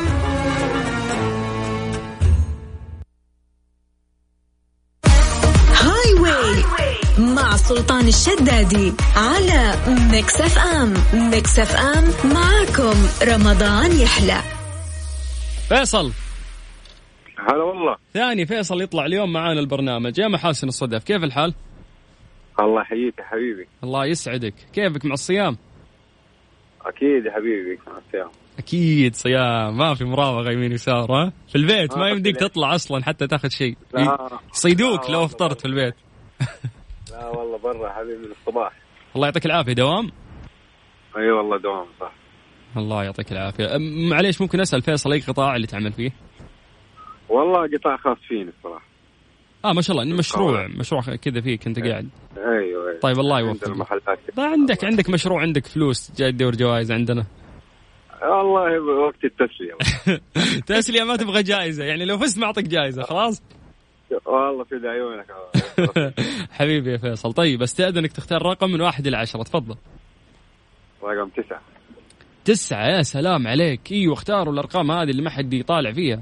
هاي واي مع سلطان الشدادي على ميكس اف ام. ميكس اف ام معكم رمضان يحلى. فيصل، هلا والله. ثاني فيصل يطلع اليوم معانا البرنامج. يا محاسن الصدف، كيف الحال؟ الله يحييك يا حبيبي. الله يسعدك. كيفك مع الصيام؟ أكيد يا حبيبي مع الصيام. أكيد صيام، ما في مراوغة يمين يسار. ها في البيت ما يمديك تطلع أصلا حتى تاخذ شيء، يصيدوك لو افطرت في البيت. لا والله برا حبيبي من الصباح. الله يعطيك العافية. دوام؟ أي والله دوام صح. الله يعطيك العافية. معليش ممكن أسأل فيصل أي قطاع اللي تعمل فيه؟ والله قطاع خاص فيني الصراحة. ما شاء الله، مشروع كذا فيك أنت قاعد. أيوة. طيب الله يوفقك. عندك مشروع، عندك فلوس جاي تدور جوائز عندنا. والله وقت التسلية. تسلية ما تبغى جائزة، يعني لو فزت ما أعطيك جائزة خلاص. والله في عيونك. حبيبي يا فيصل. طيب استأذنك تختار رقم من 1 إلى 10. تفضل. رقم 9. 9 يا سلام عليك. ايوه اختاروا الأرقام هذه اللي ما حد يطالع فيها.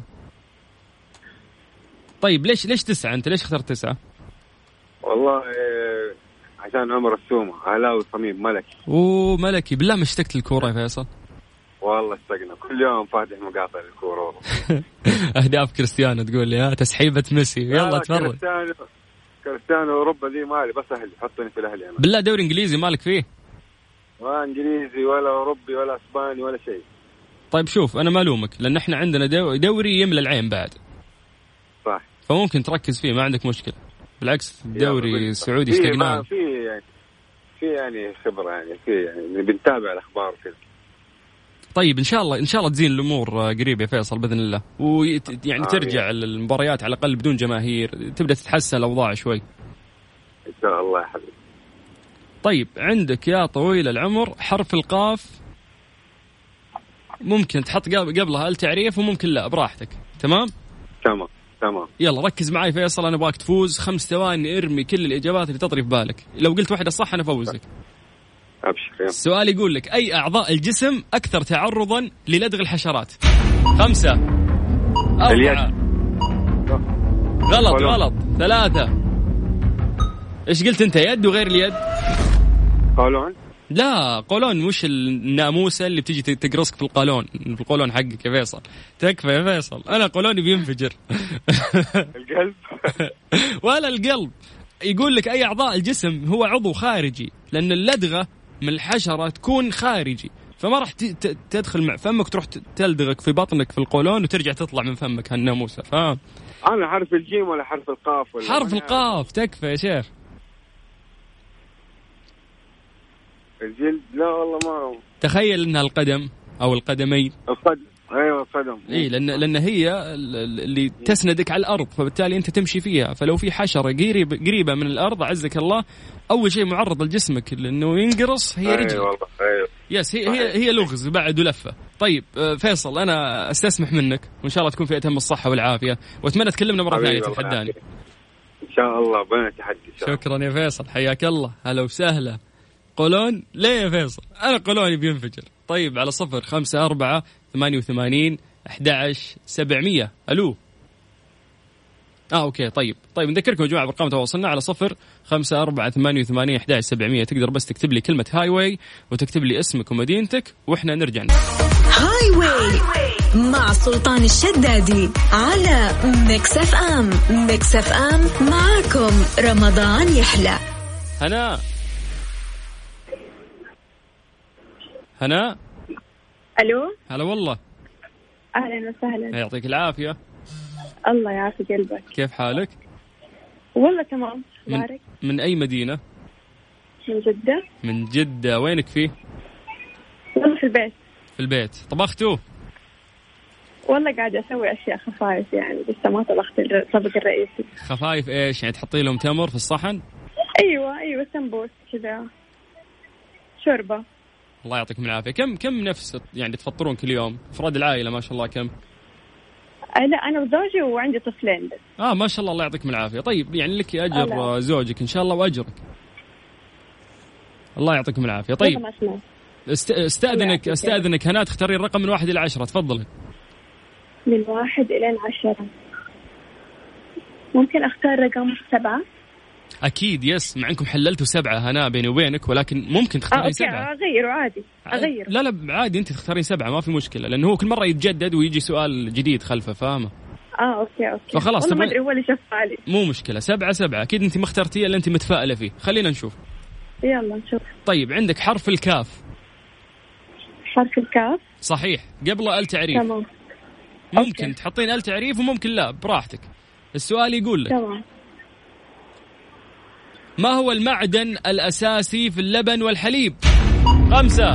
طيب ليش 9؟ أنت ليش اخترت 9؟ والله عشان عمر السومة علاوي صميم ملكي. ملكي. بالله ما اشتقت الكورة يا فيصل؟ والله اشتقنا، كل يوم فاتح مقاطع الكورة. أهداف كريستيانو تقول لي؟ تسحيبة ميسي. يلا تفرج. كريستيانو أوروبا دي مالي، بس أهلي حطني في الأهلي أنا. بالله دوري إنجليزي مالك فيه؟ ما إنجليزي ولا أوروبي ولا إسباني ولا شيء. طيب شوف أنا ما ألومك، لأن إحنا عندنا دوري يملى العين بعد. صح. فممكن تركز فيه، ما عندك مشكلة. بالعكس الدوري السعودي اشتقناه. في يعني خبرة، يعني في يعني بنتابع الأخبار كذا. طيب إن شاء الله تزين الأمور قريب يا فيصل بإذن الله، ويعني ترجع المباريات على الأقل بدون جماهير، تبدأ تتحسن الأوضاع شوي إن شاء الله يا حبيبي. طيب عندك يا طويل العمر حرف القاف، ممكن تحط قبلها التعريف وممكن لا، براحتك. تمام. يلا ركز معي فيصل، أنا أبغاك تفوز. 5 ثواني ارمي كل الإجابات اللي تطري في بالك، لو قلت واحدة صح أنا فوزك. أبشر. السؤال يقول لك أي أعضاء الجسم أكثر تعرضا للدغ الحشرات؟ 5 4 غلط 3. إيش قلت أنت؟ يد وغير اليد؟ قولون. لا قولون مش الناموسة اللي بتيجي تقرصك في القولون حقك يا فيصل. تكفى يا فيصل، أنا قولوني بينفجر. القلب. ولا القلب. يقول لك أي أعضاء الجسم هو عضو خارجي، لأن اللدغة من الحشرة تكون خارجي، فما راح تدخل مع فمك تروح تلدغك في بطنك في القولون وترجع تطلع من فمك هالناموسة. فاهم؟ أنا حرف الجيم ولا حرف القاف ولا؟ حرف القاف. تكفى يا شيخ. الجلد. لا والله ما. تخيل انها القدم او القدمين. القدم. ايوه القدم. اي لان هي اللي تسندك على الارض، فبالتالي انت تمشي فيها. فلو في حشره قريبه من الارض عزك الله، اول شيء معرض لجسمك لانه ينقرص هي رجل. ايوه. يس هي لغز بعد ولفه. طيب فيصل انا استسمح منك، وان شاء الله تكون في اتم الصحه والعافيه، واتمنى تكلمنا مره ثانيه تتحداني ان شاء الله. بنا تحدي. شكرا يا فيصل، حياك الله. هلا وسهلا. قولون ليه يا فيصل؟ أنا قولوني بينفجر. طيب على 054 88 11 700. ألو. أوكي. طيب نذكركم يا جماعة برقم تواصلنا على 054 88 11 700. تقدر بس تكتب لي كلمة هاي واي وتكتب لي اسمك ومدينتك وإحنا نرجع. هاي واي مع سلطان الشدادي على ميكس اف ام. ميكس اف ام معكم رمضان يحلى. هنا. ألو. هلا والله. أهلا وسهلا. يعطيك العافية. الله يعافي قلبك. كيف حالك؟ والله تمام. بارك. من أي مدينة؟ من جدة. من جدة. وينك فيه؟ والله في البيت. طبختوا؟ والله قاعدة أسوي أشياء خفايف يعني، لسه ما طبخت الطبق الرئيسي. خفايف إيش يعني؟ تحطي لهم تمر في الصحن؟ أيوة سمبوس كذا، شوربة. الله يعطيكم العافية. كم نفس يعني تفطرون كل يوم؟ أفراد العائلة ما شاء الله كم؟ لا أنا وزوجي وعندي طفلين بس. ما شاء الله يعطيكم العافية. طيب يعني لك أجر زوجك إن شاء الله وأجرك. الله يعطيكم العافية. طيب استأذنك هنا تختاري الرقم من 1 إلى 10. تفضلي. من 1 إلى 10 ممكن أختار رقم 7. أكيد يس، مع أنكم حللتوا 7 هنا بيني وبينك، ولكن ممكن تختارين 7. أغيره عادي. أغير. لا عادي، أنت تختارين 7 ما في مشكلة، لأنه هو كل مرة يتجدد ويجي سؤال جديد خلفه. فاهمة؟ أوكي. فخلاص ما أدري هو اللي شف علي. مو مشكلة. 7 أكيد أنت ما اخترتيه إلا أنت متفائلة فيه. خلينا نشوف. يلا نشوف. طيب عندك حرف الكاف. حرف الكاف صحيح. قبله التعريف. تمام. ممكن تحطين التعريف وممكن لا، براحتك. السؤال يقول لك تمام. ما هو المعدن الأساسي في اللبن والحليب؟ 5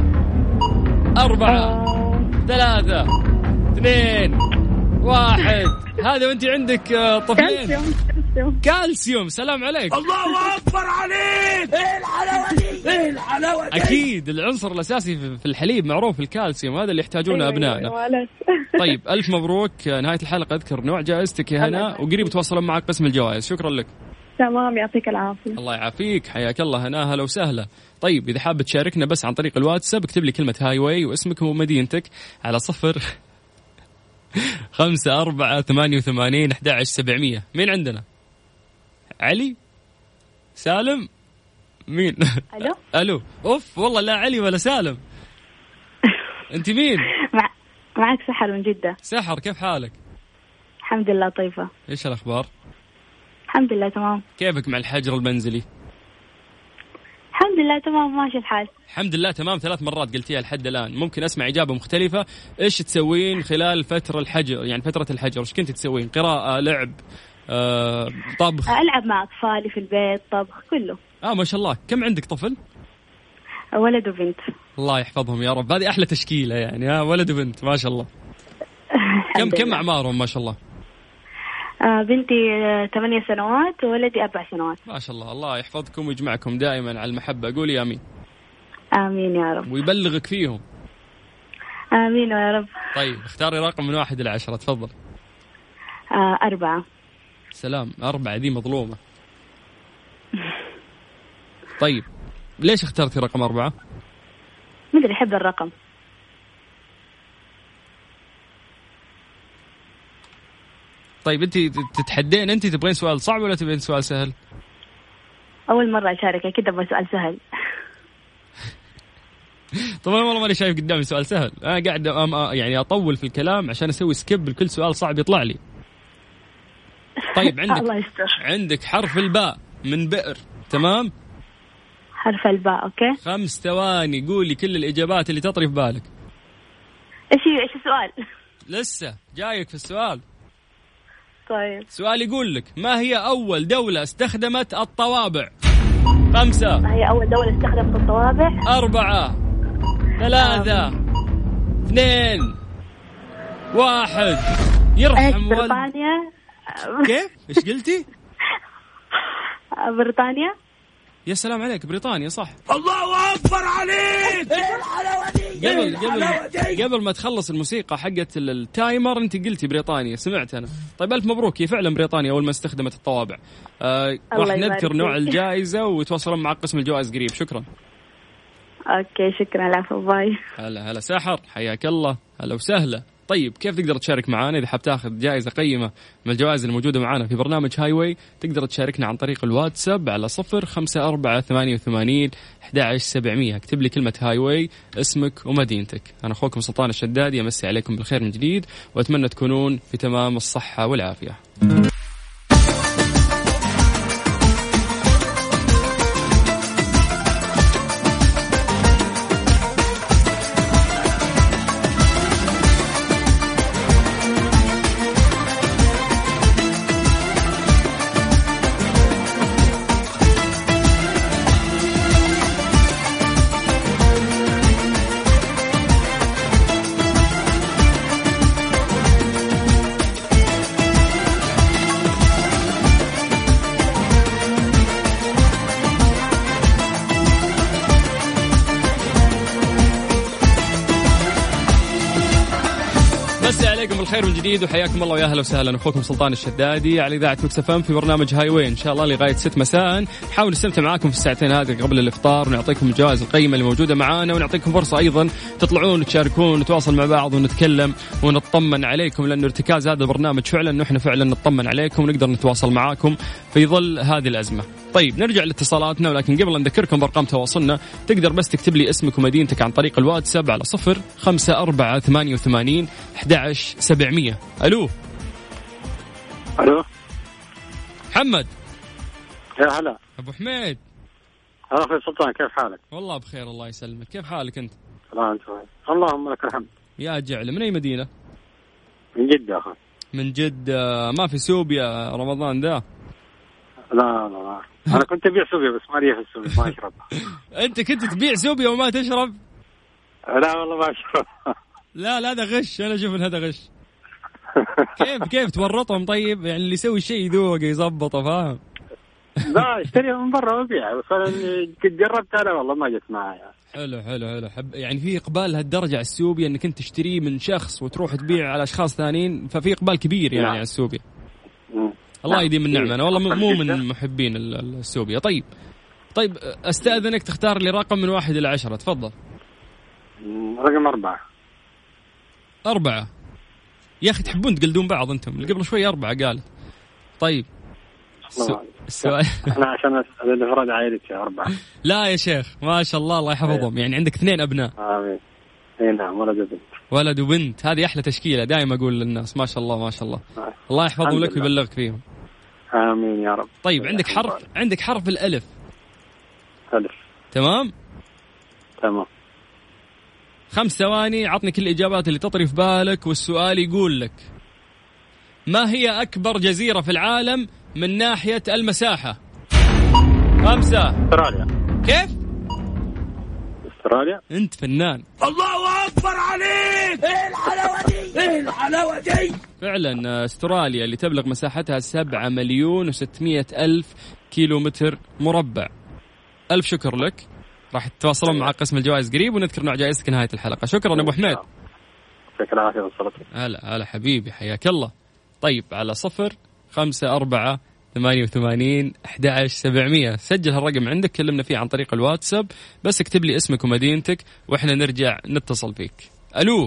4 3 2 1. هذا وانت عندك طفلين. كالسيوم. سلام عليك. الله أكبر عليك. ايه الحلاوة دي. أكيد العنصر الأساسي في الحليب معروف الكالسيوم، هذا اللي يحتاجونه أبنائنا. طيب ألف مبروك. نهاية الحلقة أذكر نوع جائزتك يا هنا، وقريب تواصلون معك قسم الجوائز. شكرا لك. تمام يعطيك العافية. الله يعافيك. حياك الله هنا. هلا وسهلا. طيب إذا حابة تشاركنا بس عن طريق الواتساب اكتب لي كلمة هاي واي واسمك ومدينتك على 054 88 11 700. مين عندنا؟ علي؟ سالم؟ مين؟ ألو. أوف والله لا علي ولا سالم. أنت مين؟ معك سحر من جدة. سحر كيف حالك؟ الحمد لله طيبة. إيش الأخبار؟ الحمد لله تمام. كيفك مع الحجر المنزلي؟ الحمد لله تمام ماشي الحال. الحمد لله تمام. 3 مرات قلتيها لحد الآن. ممكن أسمع إجابة مختلفة. إيش تسوين خلال فترة الحجر؟ يعني فترة الحجر إيش كنت تسوين؟ قراءة، لعب، طبخ؟ ألعب مع أطفالي في البيت، طبخ كله. ما شاء الله. كم عندك طفل؟ ولد وبنت. الله يحفظهم يا رب. هذه أحلى تشكيلة يعني، ولد وبنت ما شاء الله. كم أعمارهم ما شاء الله؟ بنتي 8 سنوات وولدي 4 سنوات. ما شاء الله. الله يحفظكم ويجمعكم دائما على المحبة. قولي آمين. آمين يا رب. ويبلغك فيهم. آمين يا رب. طيب اختاري رقم من 1 إلى 10 تفضل. 4. سلام. 4 دي مظلومة. طيب ليش اخترتي رقم 4؟ مدري أحب الرقم. طيب أنت تتحدين، أنت تبغين سؤال صعب ولا تبغين سؤال سهل؟ أول مرة أشارك أكيد أبغى سؤال سهل. طبعا والله ماني شايف قدامي سؤال سهل. أنا قاعد يعني أطول في الكلام عشان أسوي سكيب لكل سؤال صعب يطلع لي. طيب عندك حرف الباء من بئر، تمام؟ حرف الباء أوكي. 5 ثواني قولي كل الإجابات اللي تطري في بالك. إيش السؤال؟ لسه جايك في السؤال. طيب سؤال يقول لك ما هي أول دولة استخدمت الطوابع؟ 5. ما هي أول دولة استخدمت الطوابع؟ 4 3 2 1. يرحم بريطانيا. كيف؟ إيش قلتي؟ بريطانيا. يا سلام عليك، بريطانيا صح. الله أكبر عليك. قبل ما تخلص الموسيقى حقت التايمر انت قلتي بريطانيا، سمعت انا. طيب الف مبروك، هي فعلا بريطانيا اول ما استخدمت الطوابع. راح نذكر نوع الجائزة وتواصلون مع قسم الجوائز قريب. شكرا. اوكي شكرا. العفو. باي. هلا ساحر، حياك الله. هلا وسهلا. طيب كيف تقدر تشارك معنا إذا حاب تاخذ جائزة قيمة من الجوائز الموجودة معنا في برنامج هاي واي؟ تقدر تشاركنا عن طريق الواتساب على 0548811700. اكتب لي كلمة هاي واي، اسمك ومدينتك. أنا أخوكم سلطان الشدادي، أمسي عليكم بالخير من جديد وأتمنى تكونون في تمام الصحة والعافية. خير من جديد وحياكم الله ويا اهلا وسهلا. اخوكم سلطان الشدادي على اذاعه مكس اف ام في برنامج هاي واي، ان شاء الله لغايه 6 مساء. نحاول نستمتع معاكم في الساعتين هذه قبل الافطار ونعطيكم الجوائز القيمه اللي موجوده معانا، ونعطيكم فرصه ايضا تطلعون وتشاركون ونتواصل مع بعض ونتكلم ونطمن عليكم، لانه ارتكاز هذا البرنامج فعلا انه احنا فعلا نطمن عليكم ونقدر نتواصل معاكم في ظل هذه الازمه. طيب نرجع لاتصالاتنا، ولكن قبل ان نذكركم بارقام تواصلنا، تقدر بس تكتب لي اسمك ومدينتك عن طريق الواتساب على 0548811700. الو محمد. يا هلا ابو حميد. هلا اخوي سلطان، كيف حالك؟ والله بخير الله يسلمك. كيف حالك انت؟ اللهم لك الحمد. يا جعل. من اي مدينه؟ من جده اخوي. من جده. ما في سوبيا رمضان ذا؟ لا انا كنت ابيع سوبيا بس ما لي في السوبيا، ما اشرب. انت كنت تبيع سوبيا وما تشرب؟ لا والله ما اشرب. لا هذا غش، انا اشوف ان هذا غش. كيف تورطهم؟ طيب يعني اللي يسوي شيء يذوق يظبطه، فاهم؟ لا اشتري من برا وابيع، بس انا كنت جربت انا والله ما جت معي. حلو يعني في اقبال هالدرجه على السوبيا انك انت تشتريه من شخص وتروح تبيع على اشخاص ثانيين، ففي اقبال كبير يعني على السوبيا. الله يديم النعمه. انا والله مو من محبين السوبيا. طيب استاذنك تختار لي رقم من 1 إلى 10. تفضل. رقم 4. 4 يا اخي تحبون تقلدون بعض انتم. اللي قبل شوي 4 قالت. طيب السؤال انا عشان الافراد عائلتي 4. لا يا شيخ ما شاء الله، الله يحفظهم. يعني عندك 2 ابناء. امين. اي نعم، ولد وبنت. هذه احلى تشكيله، دائما اقول للناس ما شاء الله. الله يحفظهم لك ويبلغك فيهم. امين يا رب. طيب عندك حرف الالف. الف. تمام 5 ثواني، عطني كل الإجابات اللي تطري في بالك، والسؤال يقول لك ما هي أكبر جزيرة في العالم من ناحية المساحة؟ 5. استراليا. كيف؟ استراليا. أنت فنان. الله أكبر عليك. إيه الحلاوة دي، إيه الحلاوة دي. فعلا استراليا اللي تبلغ مساحتها 7,600,000 كيلومتر مربع. ألف شكر لك. راح تتواصلون مع قسم الجوائز قريب ونذكر نوع جائزتك نهاية الحلقة. شكرا أبو حميد. يعطيك العافية وصلتك. هلا حبيبي حياك الله. طيب على 054-88-11-700 سجل هالرقم عندك، كلمنا فيه عن طريق الواتساب، بس اكتب لي اسمك ومدينتك وإحنا نرجع نتصل فيك. ألو.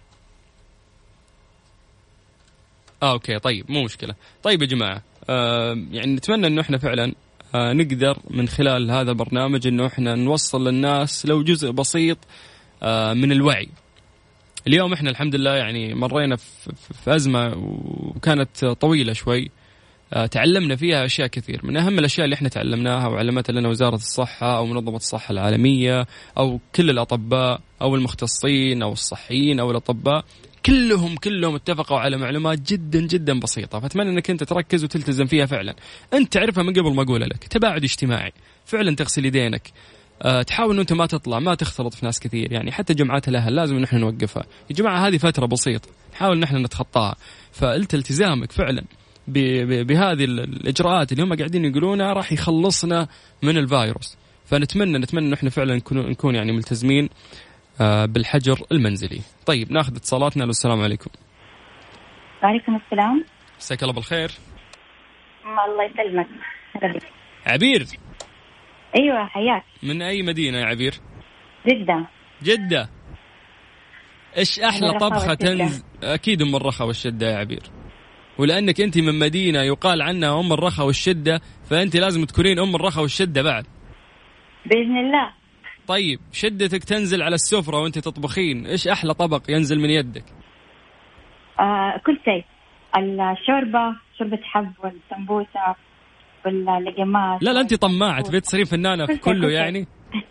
أوكي طيب مو مشكلة. طيب يا جماعة يعني نتمنى إنه إحنا فعلا نقدر من خلال هذا البرنامج إنه إحنا نوصل للناس لو جزء بسيط من الوعي. اليوم إحنا الحمد لله يعني مرينا في أزمة وكانت طويلة شوي، تعلمنا فيها أشياء كثير. من أهم الأشياء اللي إحنا تعلمناها وعلمتها لنا وزارة الصحة أو منظمة الصحة العالمية أو كل الأطباء أو المختصين أو الصحيين أو الأطباء كلهم اتفقوا على معلومات جدا جدا بسيطة، فأتمنى أنك أنت تركز وتلتزم فيها فعلا. أنت تعرفها من قبل ما أقولها لك. تباعد اجتماعي، فعلا تغسل يدينك، تحاول أنه أنت ما تطلع، ما تختلط في ناس كثير. يعني حتى جمعات الأهل لازم نحن نوقفها يا جماعة، هذه فترة بسيطة نحاول نحن نتخطاها. فأنت التزامك فعلا بهذه الإجراءات اللي هم قاعدين يقولونها راح يخلصنا من الفيروس. فنتمنى أنه إحنا فعلا نكون يعني ملتزمين بالحجر المنزلي. طيب ناخذ اتصالاتنا. السلام عليكم. وعليكم السلام. مساك الله بالخير. الله يسلمك. عبير. ايوه حياك. من اي مدينة يا عبير؟ جدة. ايش احلى طبخة تنزل؟ اكيد ام الرخا والشدة يا عبير، ولانك انت من مدينة يقال عنها ام الرخا والشدة فانت لازم تكونين ام الرخا والشدة بعد باذن الله. طيب شدتك تنزل على السفرة وانت تطبخين، ايش احلى طبق ينزل من يدك؟ كل شيء، الشوربة، شوربة حب والسمبوسة واللقمات. لا انت طماعة تبي تصيرين فنانة في كله يعني.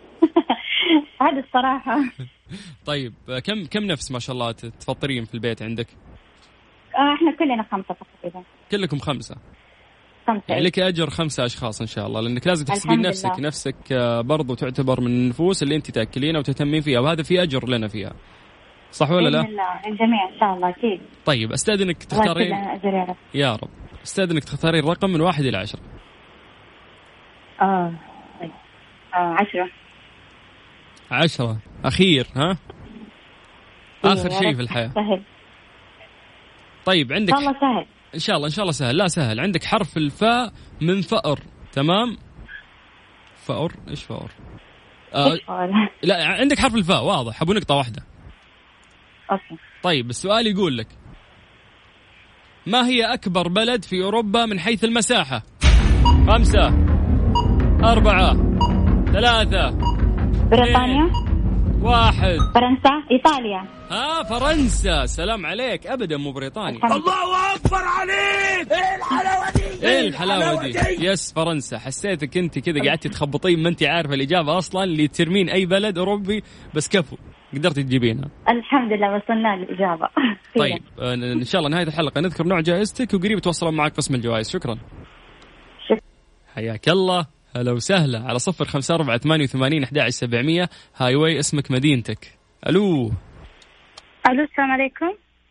هذا الصراحة. طيب كم نفس ما شاء الله تفطرين في البيت عندك؟ احنا كلنا 5 تقريبا. كلكم 5؟ 5. يعني لك أجر 5 أشخاص إن شاء الله، لأنك لازم تحسبين نفسك برضو تعتبر من النفوس اللي أنت تأكلينها وتهتمين فيها، وهذا في أجر لنا فيها، صح ولا لا؟ بإذن الله الجميع إن شاء الله أكيد. طيب أستأذنك تختارين يا رب، أستأذنك تختارين رقم من 1 إلى 10. طيب 10. 10 أخير ها؟ آخر شيء في الحياة. سهل. طيب عندك إن شاء الله سهل. إن شاء الله سهل. لا سهل. عندك حرف الفاء من فأر، تمام؟ فأر إيش فأر؟ لا عندك حرف الفاء واضح، أبو نقطة واحدة. أوكي. طيب السؤال يقول لك ما هي أكبر بلد في أوروبا من حيث المساحة؟ 5 4 3 بريطانيا 1. فرنسا. إيطاليا. فرنسا. سلام عليك. أبدا مو بريطانيا. الله أكبر عليك. إيه الحلاوة دي، إيه الحلاوة دي. يس فرنسا. حسيتك أنت كذا قعدتي تخبطين ما أنت عارفة الإجابة أصلا، اللي ترمين أي بلد أوروبي بس كفو قدرتي تجيبينها. الحمد لله وصلنا للإجابة. طيب إن شاء الله نهاية الحلقة نذكر نوع جائزتك وقريب توصلون معك قسم الجوائز. شكرا. حياك الله. هلا وسهلا على 054-88-11-700. هاي واي اسمك مدينتك. ألو السلام عليكم.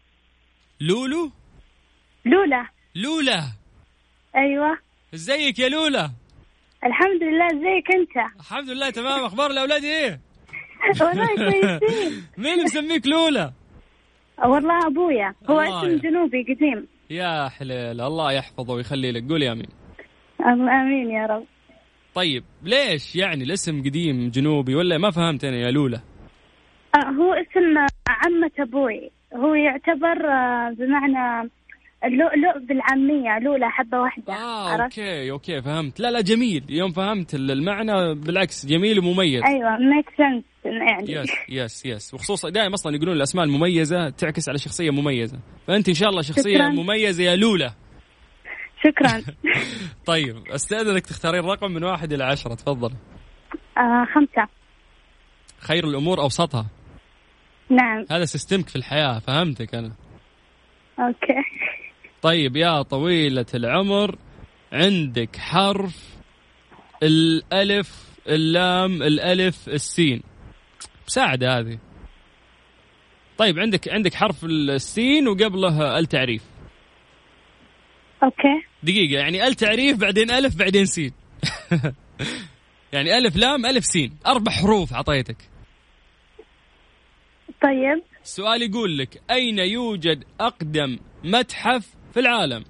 لولا. أيوة. ازيك يا لولا؟ الحمد لله. ازيك أنت؟ الحمد لله تمام. أخبار الأولاد إيه؟ والله كويسين. مين مسميك لولا؟ والله أبويا، هو اسم جنوبي قديم. يا حليل، الله يحفظه ويخلي لك. قولي آمين. آمين يا رب. طيب ليش يعني الاسم قديم جنوبي ولا ما فهمت أنا يا لولا؟ هو اسم عمة أبوي، هو يعتبر بمعنى اللؤلؤ بالعامية، لولا حبة واحدة. أوكي فهمت. لا جميل، يوم فهمت المعنى بالعكس جميل ومميز. أيوة ميك سنس يعني. يس وخصوصا دائما أصلا يقولون الأسماء المميزة تعكس على شخصية مميزة، فأنت إن شاء الله شخصية مميزة يا لولا. شكرا. طيب أستأذنك تختارين رقم من 1 إلى 10. تفضل. 5. خير الأمور أوسطها. نعم. هذا سيستمك في الحياة، فهمتك أنا. أوكي. طيب يا طويلة العمر، عندك حرف الألف، اللام، الألف، السين. مساعدة هذه. طيب عندك حرف السين وقبله التعريف. اوكي. دقيقة، يعني التعريف بعدين ألف بعدين سين. يعني ألف لام ألف سين، 4 حروف عطيتك. طيب السؤال يقول لك أين يوجد أقدم متحف في العالم؟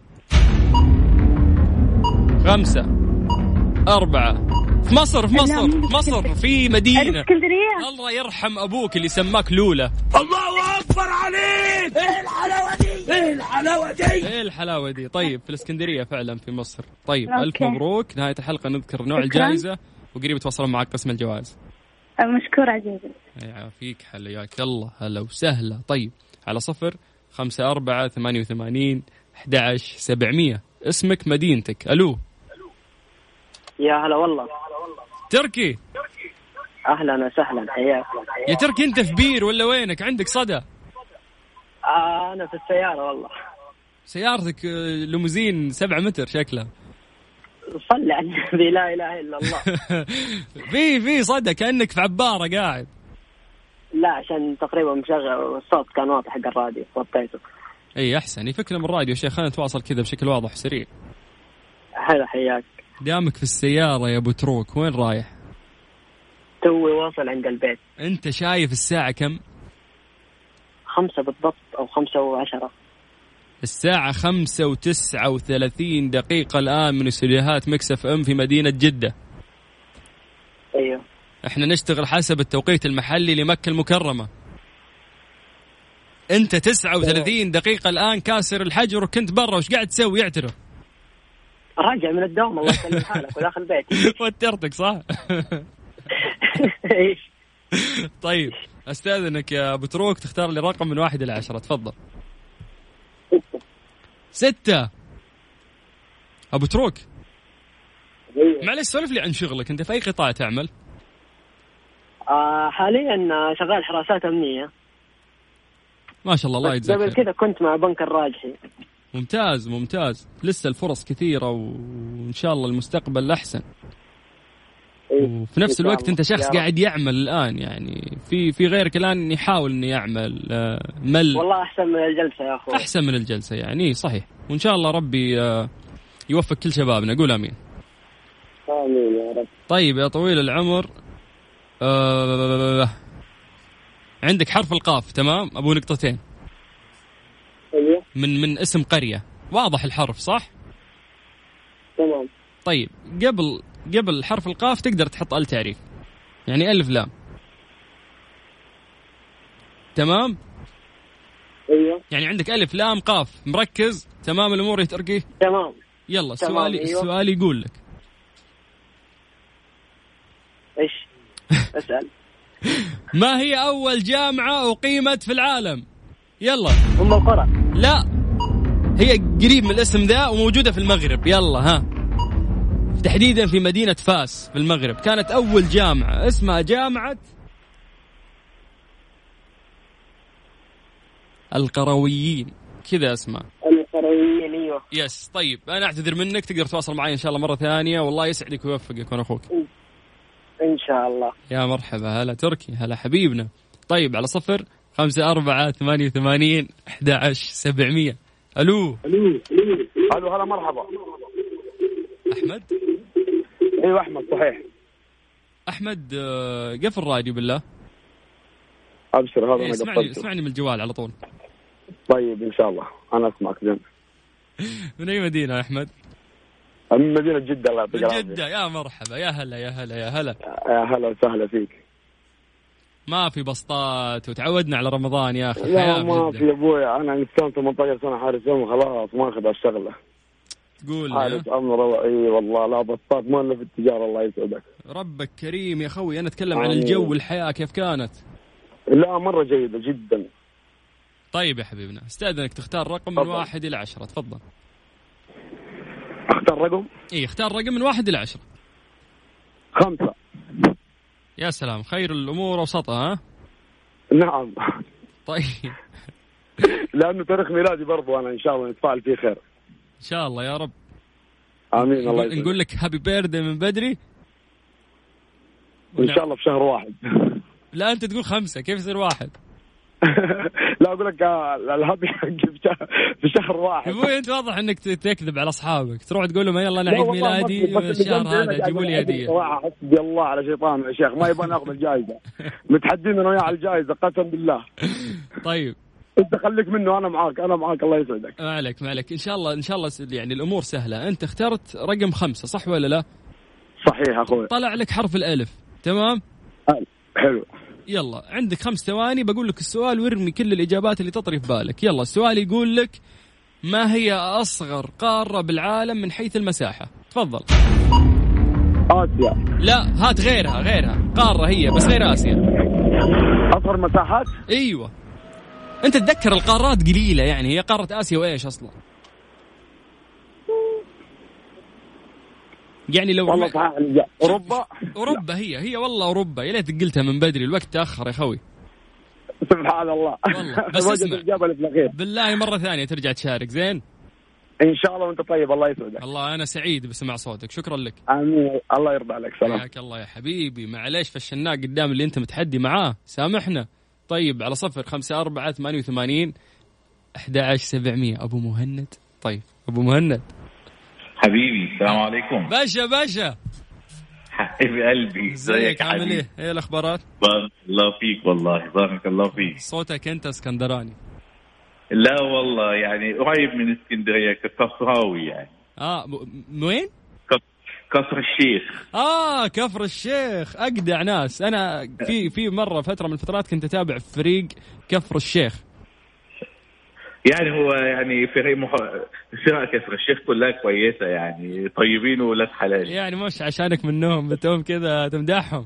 5 4 في مصر في مدينة. الإسكندرية. الله يرحم أبوك اللي سماك لولا. الله أكبر عليك. إيه الحلاوة دي، إيه الحلاوة دي، إيه الحلاوة دي. طيب في الإسكندرية فعلا في مصر. طيب ألف مبروك. نهاية الحلقة نذكر نوع الجائزة وقريب يتواصلون معك قسم الجوائز. مشكور عزيزي. يعافيك، حياك الله، هلا وسهلا. طيب على 0 5 4 88 11 700 اسمك مدينتك. ألو. يا هلا والله. تركي. أهلا وسهلا، حياك. يا تركي أنت في بير ولا وينك؟ عندك صدى. أنا في السيارة والله. سيارتك ليموزين 7 متر شكلها. صلي على النبي، لا إله إلا الله. في صدى كأنك في عبارة قاعد. لا عشان تقريبا مشغل والصوت كان واضح حق الراديو، وطيته. اي احسن، يفكنا من الراديو شيخ، خلينا نتواصل كذا بشكل واضح وسريع. حلو، حياك. دامك في السيارة يا ابو تروك، وين رايح؟ توي واصل عند البيت. انت شايف الساعة كم؟ 5 بالضبط او 5:10. الساعة 5:39 دقيقة الآن من استديوهات ميكس اف ام في مدينة جدة. ايوه. احنا نشتغل حسب التوقيت المحلي لمكة المكرمة. انت 39 دقيقة الآن كاسر الحجر وكنت برا، وش قاعد تسوي؟ اعترف. راجع من الدوام، الله يسلم حالك، وداخل بيتي. وترتك صح؟ ايش. طيب استاذنك يا ابو تروك تختار لي رقم من 1 إلى 10. تفضل. 6. ابو تروك معلش سولف لي عن شغلك، انت في اي قطاع تعمل؟ حاليا شغال حراسات امنيه. ما شاء الله، الله يجزاك خير. قبل كذا كنت مع بنك الراجحي. ممتاز. لسه الفرص كثيره وان شاء الله المستقبل احسن. وفي نفس الوقت انت شخص قاعد يعمل الان، يعني في غيرك الان يحاول انه يعمل والله احسن من الجلسه يا اخوي. احسن من الجلسه يعني صحيح، وان شاء الله ربي يوفق كل شبابنا. قول امين. امين يا رب. طيب يا طويل العمر، عندك حرف القاف. تمام، ابو نقطتين. ايوه. من اسم قرية، واضح الحرف صح؟ تمام. طيب قبل حرف القاف تقدر تحط التعريف، يعني ألف لام. تمام. ايوه. يعني عندك ألف لام قاف، مركز؟ تمام الأمور يا تركي؟ تمام. يلا تمام. السؤال يقول لك ايش؟ اسأل. ما هي أول جامعة أقيمت في العالم؟ يلا. أم القرى. لا، هي قريب من الاسم ذا وموجودة في المغرب. يلا ها، تحديدا في مدينة فاس في المغرب. كانت أول جامعة اسمها جامعة القرويين، كذا اسمها القرويين. ايوه. يس. طيب أنا أعتذر منك، تقدر تواصل معي إن شاء الله مرة ثانية، والله يسعدك ويوفقك وأنا أخوك إن شاء الله. يا مرحبا، هلا تركي، هلا حبيبنا. طيب على 0 5 4 88 11 700. ألو. هلا مرحبا. أحمد. ايوه احمد صحيح. احمد قفل الراديو بالله. ابشر هذا اسمعني من الجوال على طول. طيب ان شاء الله انا اسمعك زين. من اي مدينه يا احمد؟ من مدينه جده. الله يعطيك العافيه. جده، يا مرحبا، يا هلا يا هلا يا هلا. يا هلا وسهلا فيك. ما في بسطات وتعودنا على رمضان يا اخي. لا ما في يا ابوي، انا انسان 18 سنه حارس يوم خلاص ما اخذ الشغله. تقول حارس امر. اي والله لا بسطات ما لنا في التجاره. الله يسعدك. ربك كريم يا خوي. انا اتكلم عن الجو والحياه كيف كانت. لا مره جيده جدا. طيب يا حبيبنا، استاذنك تختار رقم من 1 إلى 10. تفضل. اختار رقم؟ اي اختار رقم من 1 إلى 10. 5. يا سلام، خير الامور اوسطها. ها نعم. طيب لأنه تاريخ ميلادي برضو أنا، إن شاء الله نتفاعل فيه خير إن شاء الله يا رب. آمين. الله يسعدك. نقول لك هابي بيرثدي من بدري إن شاء الله في شهر 1. لا أنت تقول 5 كيف يصير 1؟ لا أقول لك الهابي في شهر 1. أبوي أنت واضح إنك تكذب على أصحابك، تروح تقول لهم يلا أنا عيد ميلادي الشهر هذا جيبوا لي هدية. حسبي الله على شيطان يا شيخ، ما يبغى ناخذ الجائزة. متحدين أنا وياه على الجائزة قسم بالله. طيب أنت خليك منه، أنا معاك الله يسعدك. ما عليك إن شاء الله يعني الأمور سهلة. أنت اخترت رقم 5 صح ولا لا؟ صحيح أخوي. طلع لك حرف الألف تمام؟ حلو. يلا عندك 5 ثواني بقول لك السؤال وارمي كل الإجابات اللي تطري في بالك. يلا السؤال يقول لك ما هي أصغر قارة بالعالم من حيث المساحة؟ تفضل. آسيا. لا هات غيرها قارة هي بس غير آسيا. أصغر مساحات؟ أيوة أنت تذكر القارات قليلة يعني، هي قارة آسيا وإيش أصلا يعني لو والله صحيح. أوروبا هي والله أوروبا. يا ليت قلتها من بدري، الوقت تأخر يا خوي. سبحان الله والله. بس اسمع بالله مرة ثانية ترجع تشارك زين إن شاء الله. وأنت طيب الله يسعدك. الله أنا سعيد بسمع صوتك، شكرا لك. آمين. الله يرضى عليك. سلام. حياك الله يا حبيبي. معليش فالشناق قدام اللي أنت متحدي معاه، سامحنا. طيب على 0548811700 أبو مهند. طيب أبو مهند حبيبي السلام عليكم. باشا حبيبي قلبي ازيك عامل ايه؟ ايه الاخبارات؟ بارك الله فيك والله بارك الله فيك. صوتك انت اسكندراني. لا والله يعني قريب من اسكندريه كفراوي يعني. وين؟ كفر الشيخ. كفر الشيخ اجدع ناس. انا في مره فتره من الفترات كنت اتابع فريق كفر الشيخ. يعني هو يعني فرق كفر الشيخ كلها كويسة يعني، طيبين وولاد حلال يعني، مش عشانك منهم بتقوم كذا تمدحهم.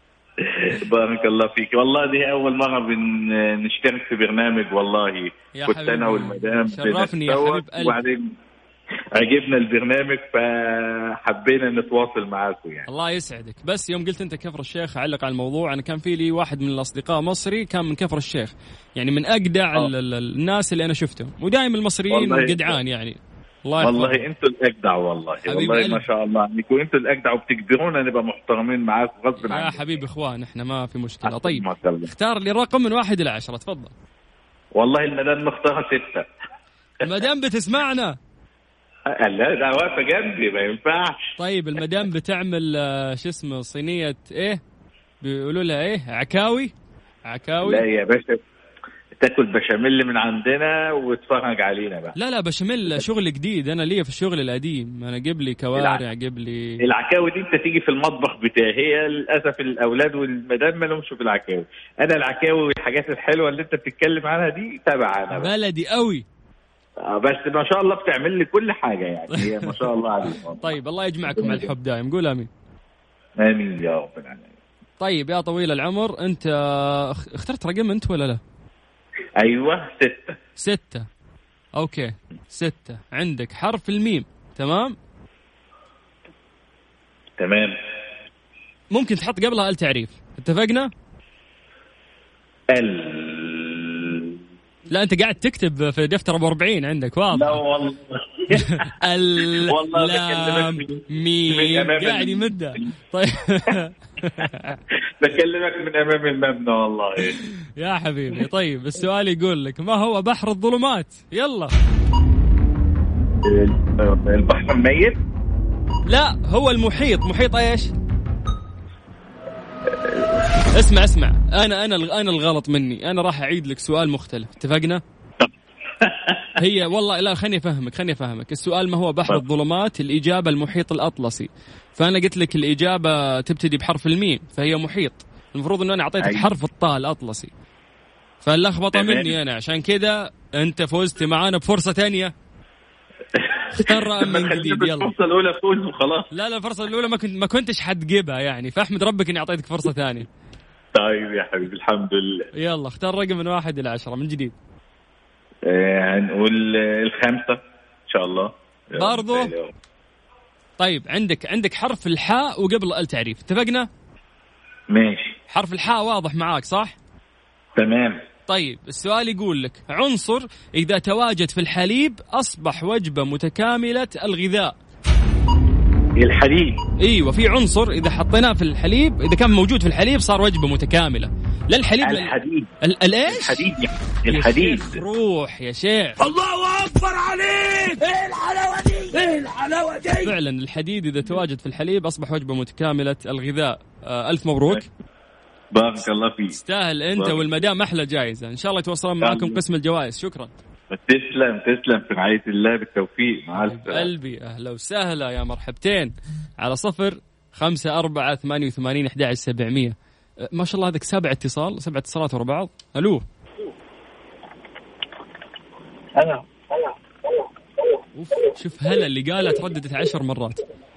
بارك الله فيك. والله دي أول مرة نشترك في برنامج والله. كنت أنا والمدام شرفني يا حبيب قلبي. وبعدين عجبنا البرنامج فحبينا نتواصل معاكم يعني. الله يسعدك. بس يوم قلت أنت كفر الشيخ أعلق على الموضوع. أنا كان في لي واحد من الأصدقاء مصري كان من كفر الشيخ، يعني من أجدع الناس اللي أنا شفتهم، ودائما المصريين جدعان يعني. والله أنتوا الأجدع والله ما شاء الله عليكم. أنتوا الأجدع وبتجبرونا نبقى محترمين معاكم غصب عنك. يا حبيبي إخوان إحنا ما في مشكلة. طيب اختار لي رقم من 1 إلى 10 تفضل. والله المدام مختارة 6. المدام بتسمعنا؟ لا ده واقفة جنبي ما ينفعش. طيب المدام بتعمل شو اسمه صينية ايه بيقولوا لها ايه عكاوي؟ لا يا باشا تاكل بشاميل من عندنا وتفرج علينا بقى. لا بشاميل شغل جديد، انا ليا في الشغل القديم. انا جيب لي كوارع جيب لي العكاوي دي انت تيجي في المطبخ بتاعي. هي للاسف الاولاد والمدام ما لهمش في العكاوي. انا العكاوي والحاجات الحلوه اللي انت بتتكلم عنها دي تبعنا بلدي قوي. بس ما شاء الله بتعمل لي كل حاجة يعني. هي ما شاء الله عليك. طيب الله يجمعكم على الحب دائم. قول آمين. آمين يا رب العالمين. طيب يا طويل العمر أنت اخترت رقم أنت ولا لا؟ أيوة 6. أوكي 6. عندك حرف الميم تمام؟ تمام. ممكن تحط قبلها التعريف. اتفقنا؟ لا أنت قاعد تكتب في دفتر أبو 40 عندك واضح. لا والله والله ميم قاعد يمدها. طيب بكلمك من أمام المبنى والله يا حبيبي. طيب السؤال يقول لك ما هو بحر الظلمات؟ يلا. البحر الميت؟ لا هو المحيط. محيط ايش؟ اسمع انا الغلط مني. انا راح اعيد لك سؤال مختلف. اتفقنا؟ هي والله لا خليني افهمك. السؤال ما هو بحر الظلمات، الاجابه المحيط الاطلسي. فانا قلت لك الاجابه تبتدي بحرف الميم فهي محيط. المفروض انه انا اعطيتك حرف الطاء الاطلسي، فاللخبطه مني انا. عشان كذا انت فزت معانا بفرصه ثانيه. اختار رقم من جديد. يلا الفرصه الاولى فوز وخلاص. لا الفرصه الاولى ما كنتش حتجيبها يعني، فاحمد ربك اني اعطيتك فرصه ثانيه. طيب يا حبيبي الحمد لله. يلا اختار رقم من 1 إلى 10 من جديد. هنقول 5 ان شاء الله برضو. طيب عندك حرف الحاء وقبل التعريف. اتفقنا؟ ماشي. حرف الحاء واضح معاك صح؟ تمام. طيب السؤال يقول لك عنصر إذا تواجد في الحليب أصبح وجبة متكاملة الغذاء. الحديد. ايوه في عنصر اذا حطيناه في الحليب، اذا كان موجود في الحليب صار وجبه متكامله. لا الحليب، الحديد. الايش؟ الحديد. الحديد. روح يا شيخ. الله اكبر عليك. ايه الحلاوه دي، ايه الحلاوه دي. فعلا الحديد اذا تواجد في الحليب اصبح وجبه متكامله الغذاء. الف مبروك. بارك الله فيك. تستاهل انت والمدام احلى جائزه، ان شاء الله يتواصلون معكم قسم الجوائز. شكرا. تسلم في رعاية الله، بالتوفيق. مع قلبي أهلا وسهلا يا مرحبتين على 05488111700. ما شاء الله هذاك 7 اتصالات ورا بعض. ألو هلا. شوف هلا اللي قالها ترددت 10 مرات.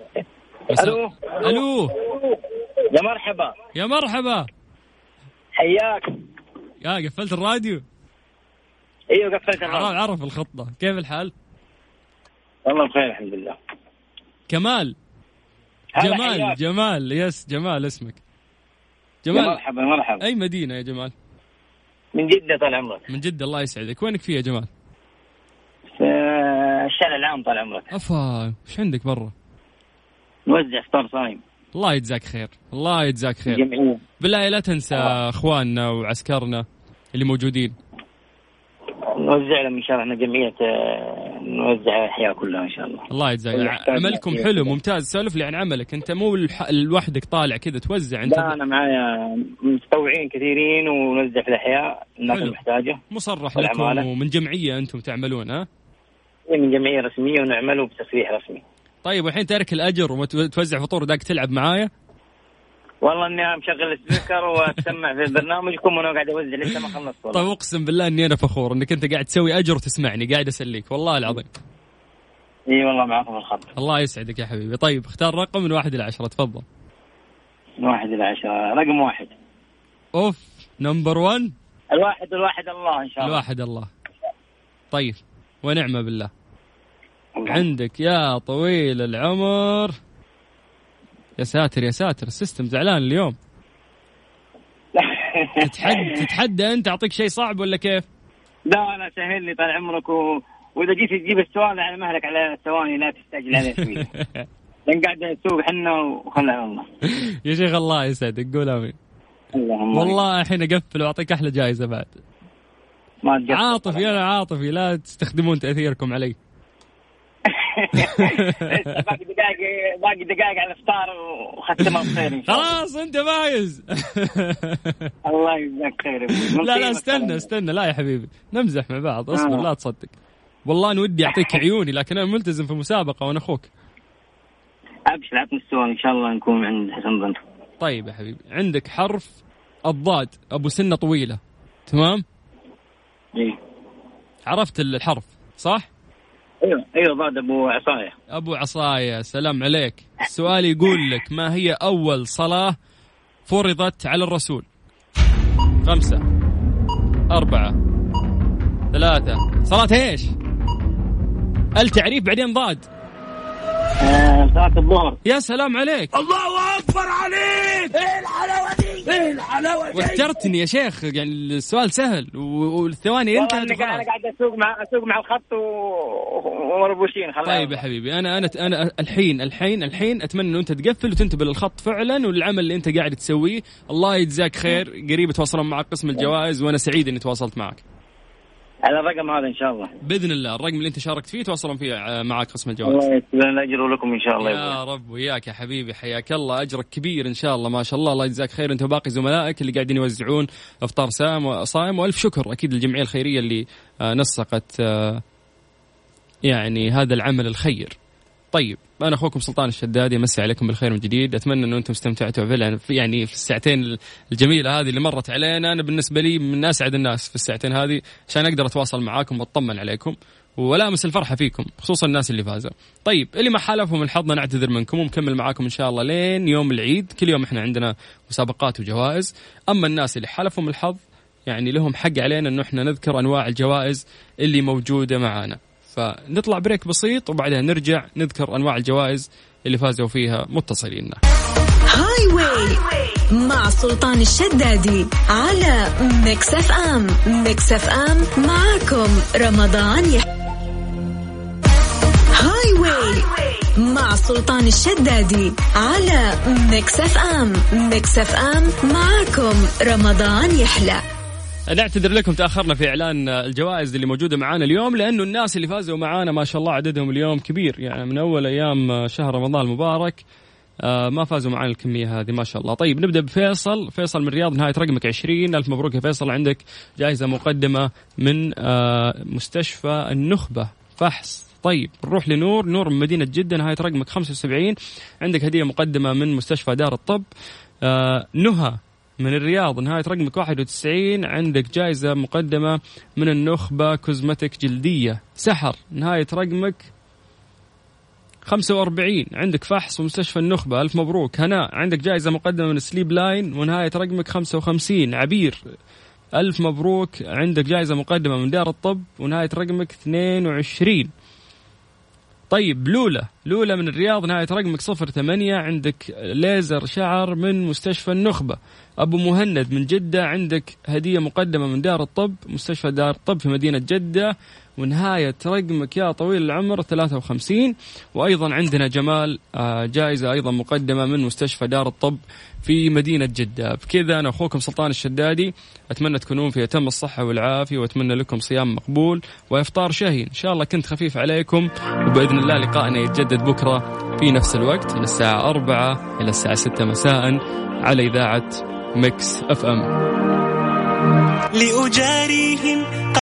ألو يا مرحبا. يا مرحبا حياك. يا قفلت الراديو؟ ايوه قفلت الراديو. عرف الخطة. كيف الحال؟ والله بخير الحمد لله. كمال. جمال يس جمال اسمك جمال. مرحبا. أي مدينة يا جمال؟ من جدة طال عمرك. من جدة الله يسعدك. وينك فيه يا جمال؟ في الشارع العام طال عمرك. أفا وش عندك برا؟ نوزع فطار صايم. الله يجزاك خير. الله يجزاك خير. جمعية. بالله لا تنسى اخواننا وعسكرنا اللي موجودين. نوزع لهم ان شاء الله. احنا جمعية نوزع الحياة كلها ان شاء الله. الله يجزاك. عملكم حلو ممتاز. سولف لي عن عملك. انت مو لوحدك طالع كذا توزع انت؟ لا انا معايا متطوعين كثيرين ونوزع في الاحياء الناس المحتاجة. مصرح لكم ومن جمعية انتم تعملون؟ ها من جمعية رسمية ونعمله بتصريح رسمي. طيب والحين تارك الأجر وتوزع فطور وداك تلعب معايا؟ والله إني مشغل السبيكر وأسمع في البرنامجكم وأنا قاعد أوزع لسه ما خلصت. طيب أقسم بالله إني أنا فخور إنك أنت قاعد تسوي أجر وتسمعني، قاعد أسليك والله العظيم. إي والله معاكم الخط. الله يسعدك يا حبيبي. طيب اختار رقم من 1 إلى 10 تفضل. من 1 إلى 10 رقم 1. أوف نمبر 1. الواحد الله إن شاء الله. الواحد الله. طيب ونعمة بالله. عندك يا طويل العمر. يا ساتر يا ساتر السيستم زعلان اليوم. تتحدى أنت أعطيك شيء صعب ولا كيف؟ لا أنا سهل لي طال عمرك وإذا جيت تجيب السؤال على مهلك على ثواني لا تستعجل عليه شوي. لأن قاعد نسوق حنا وخلنا الله. يا شيخ الله يسعدك قول آمين. والله الحين أقفل وأعطيك أحلى جائزة بعد. عاطفي أنا عاطفي لا تستخدمون تأثيركم علي. باقي دقائق على الافطار وختمها بخير ان شاء الله. خلاص انت فايز. الله يجزاك خير. لا استنى لا يا حبيبي نمزح مع بعض. اصبر لا تصدق والله انا ودي اعطيك عيوني لكن انا ملتزم في مسابقه وانا اخوك. ابشر عطني السؤال ان شاء الله نكون عند حسن ظن. طيب يا حبيبي عندك حرف الضاد ابو سنه طويله تمام؟ ايه عرفت الحرف صح؟ ايوه ضاد ابو عصايه. سلام عليك. السؤال يقول لك ما هي اول صلاه فرضت على الرسول؟ 5 4 3. صلاه ايش؟ التعريف بعدين ضاد. صلاه الظهر. يا سلام عليك. الله اكبر عليك. ايه الحلاوه دي، ايه الحلاوه دي. وترتني يا شيخ يعني السؤال سهل والثواني انت. انا قاعد اسوق مع الخط ومربوشين خلاص. طيب يا حبيبي انا الحين اتمنى انه انت تقفل وتنتبه للخط فعلا والعمل اللي انت قاعد تسويه. الله يجزاك خير. قريب يتواصلون معك قسم الجوائز وانا سعيد اني تواصلت معك على الرقم هذا ان شاء الله باذن الله. الرقم اللي انت شاركت فيه تواصلون فيه معك قسم الجوائز. الله يسلمك الاجر لكم ان شاء الله يا رب وياك يا حبيبي. حياك الله. اجرك كبير ان شاء الله ما شاء الله. الله يجزاك خير انت وباقي زملائك اللي قاعدين يوزعون افطار صائم والف شكر اكيد للجمعيه الخيريه اللي نسقت يعني هذا العمل الخير. طيب أنا أخوكم سلطان الشدادي أمسي عليكم بالخير من جديد. أتمنى أنه أنتم استمتعتوا يعني في الساعتين الجميلة هذه اللي مرت علينا. أنا بالنسبة لي من أسعد الناس في الساعتين هذه عشان أقدر أتواصل معاكم وأطمن عليكم ولامس الفرحة فيكم خصوصا الناس اللي فازوا. طيب اللي ما حالفهم الحظ نعتذر منكم ومكمل معاكم إن شاء الله لين يوم العيد. كل يوم إحنا عندنا مسابقات وجوائز. أما الناس اللي حالفهم الحظ يعني لهم حق علينا أنه إحنا نذكر أنواع الجوائز اللي موجودة معانا. فنطلع بريك بسيط وبعدها نرجع نذكر أنواع الجوائز اللي فازوا فيها متصلين. هاي واي مع سلطان الشدادي على ميكس اف ام. ميكس اف ام معكم رمضان هاي واي مع سلطان الشدادي على ميكس اف ام. ميكس اف ام معكم رمضان يحلى. نعتذر لكم تأخرنا في إعلان الجوائز اللي موجودة معانا اليوم، لأنه الناس اللي فازوا معانا ما شاء الله عددهم اليوم كبير، يعني من أول أيام شهر رمضان المبارك ما فازوا معانا الكمية هذه ما شاء الله. طيب نبدأ بفيصل. فيصل من الرياض نهاية رقمك 20. ألف مبروك يا فيصل، عندك جائزة مقدمة من مستشفى النخبة فحص. طيب نروح لنور. نور من مدينة جدة نهاية رقمك 75، عندك هدية مقدمة من مستشفى دار الطب. نهى من الرياض نهاية رقمك 91، عندك جائزة مقدمة من النخبة كوزمتك جلدية. سحر نهاية رقمك 45، عندك فحص ومستشفى النخبة، ألف مبروك. هناء عندك جائزة مقدمة من سليب لاين ونهاية رقمك 55. عبير ألف مبروك، عندك جائزة مقدمة من دار الطب ونهاية رقمك 22. طيب لولا من الرياض نهاية رقمك 08، عندك ليزر شعر من مستشفى النخبة. أبو مهند من جدة عندك هدية مقدمة من دار الطب مستشفى دار الطب في مدينة جدة ونهاية رقمك يا طويل العمر 53. وأيضا عندنا جمال جائزة أيضا مقدمة من مستشفى دار الطب في مدينة جدة. بكذا أنا أخوكم سلطان الشدادي، أتمنى تكونون في أتم الصحة والعافية، وأتمنى لكم صيام مقبول وإفطار شهي إن شاء الله. كنت خفيف عليكم، وبإذن الله لقائنا يتجدد بكرة في نفس الوقت من الساعة 4 إلى الساعة 6 مساء على إذاعة ميكس اف ام. لأجاريهم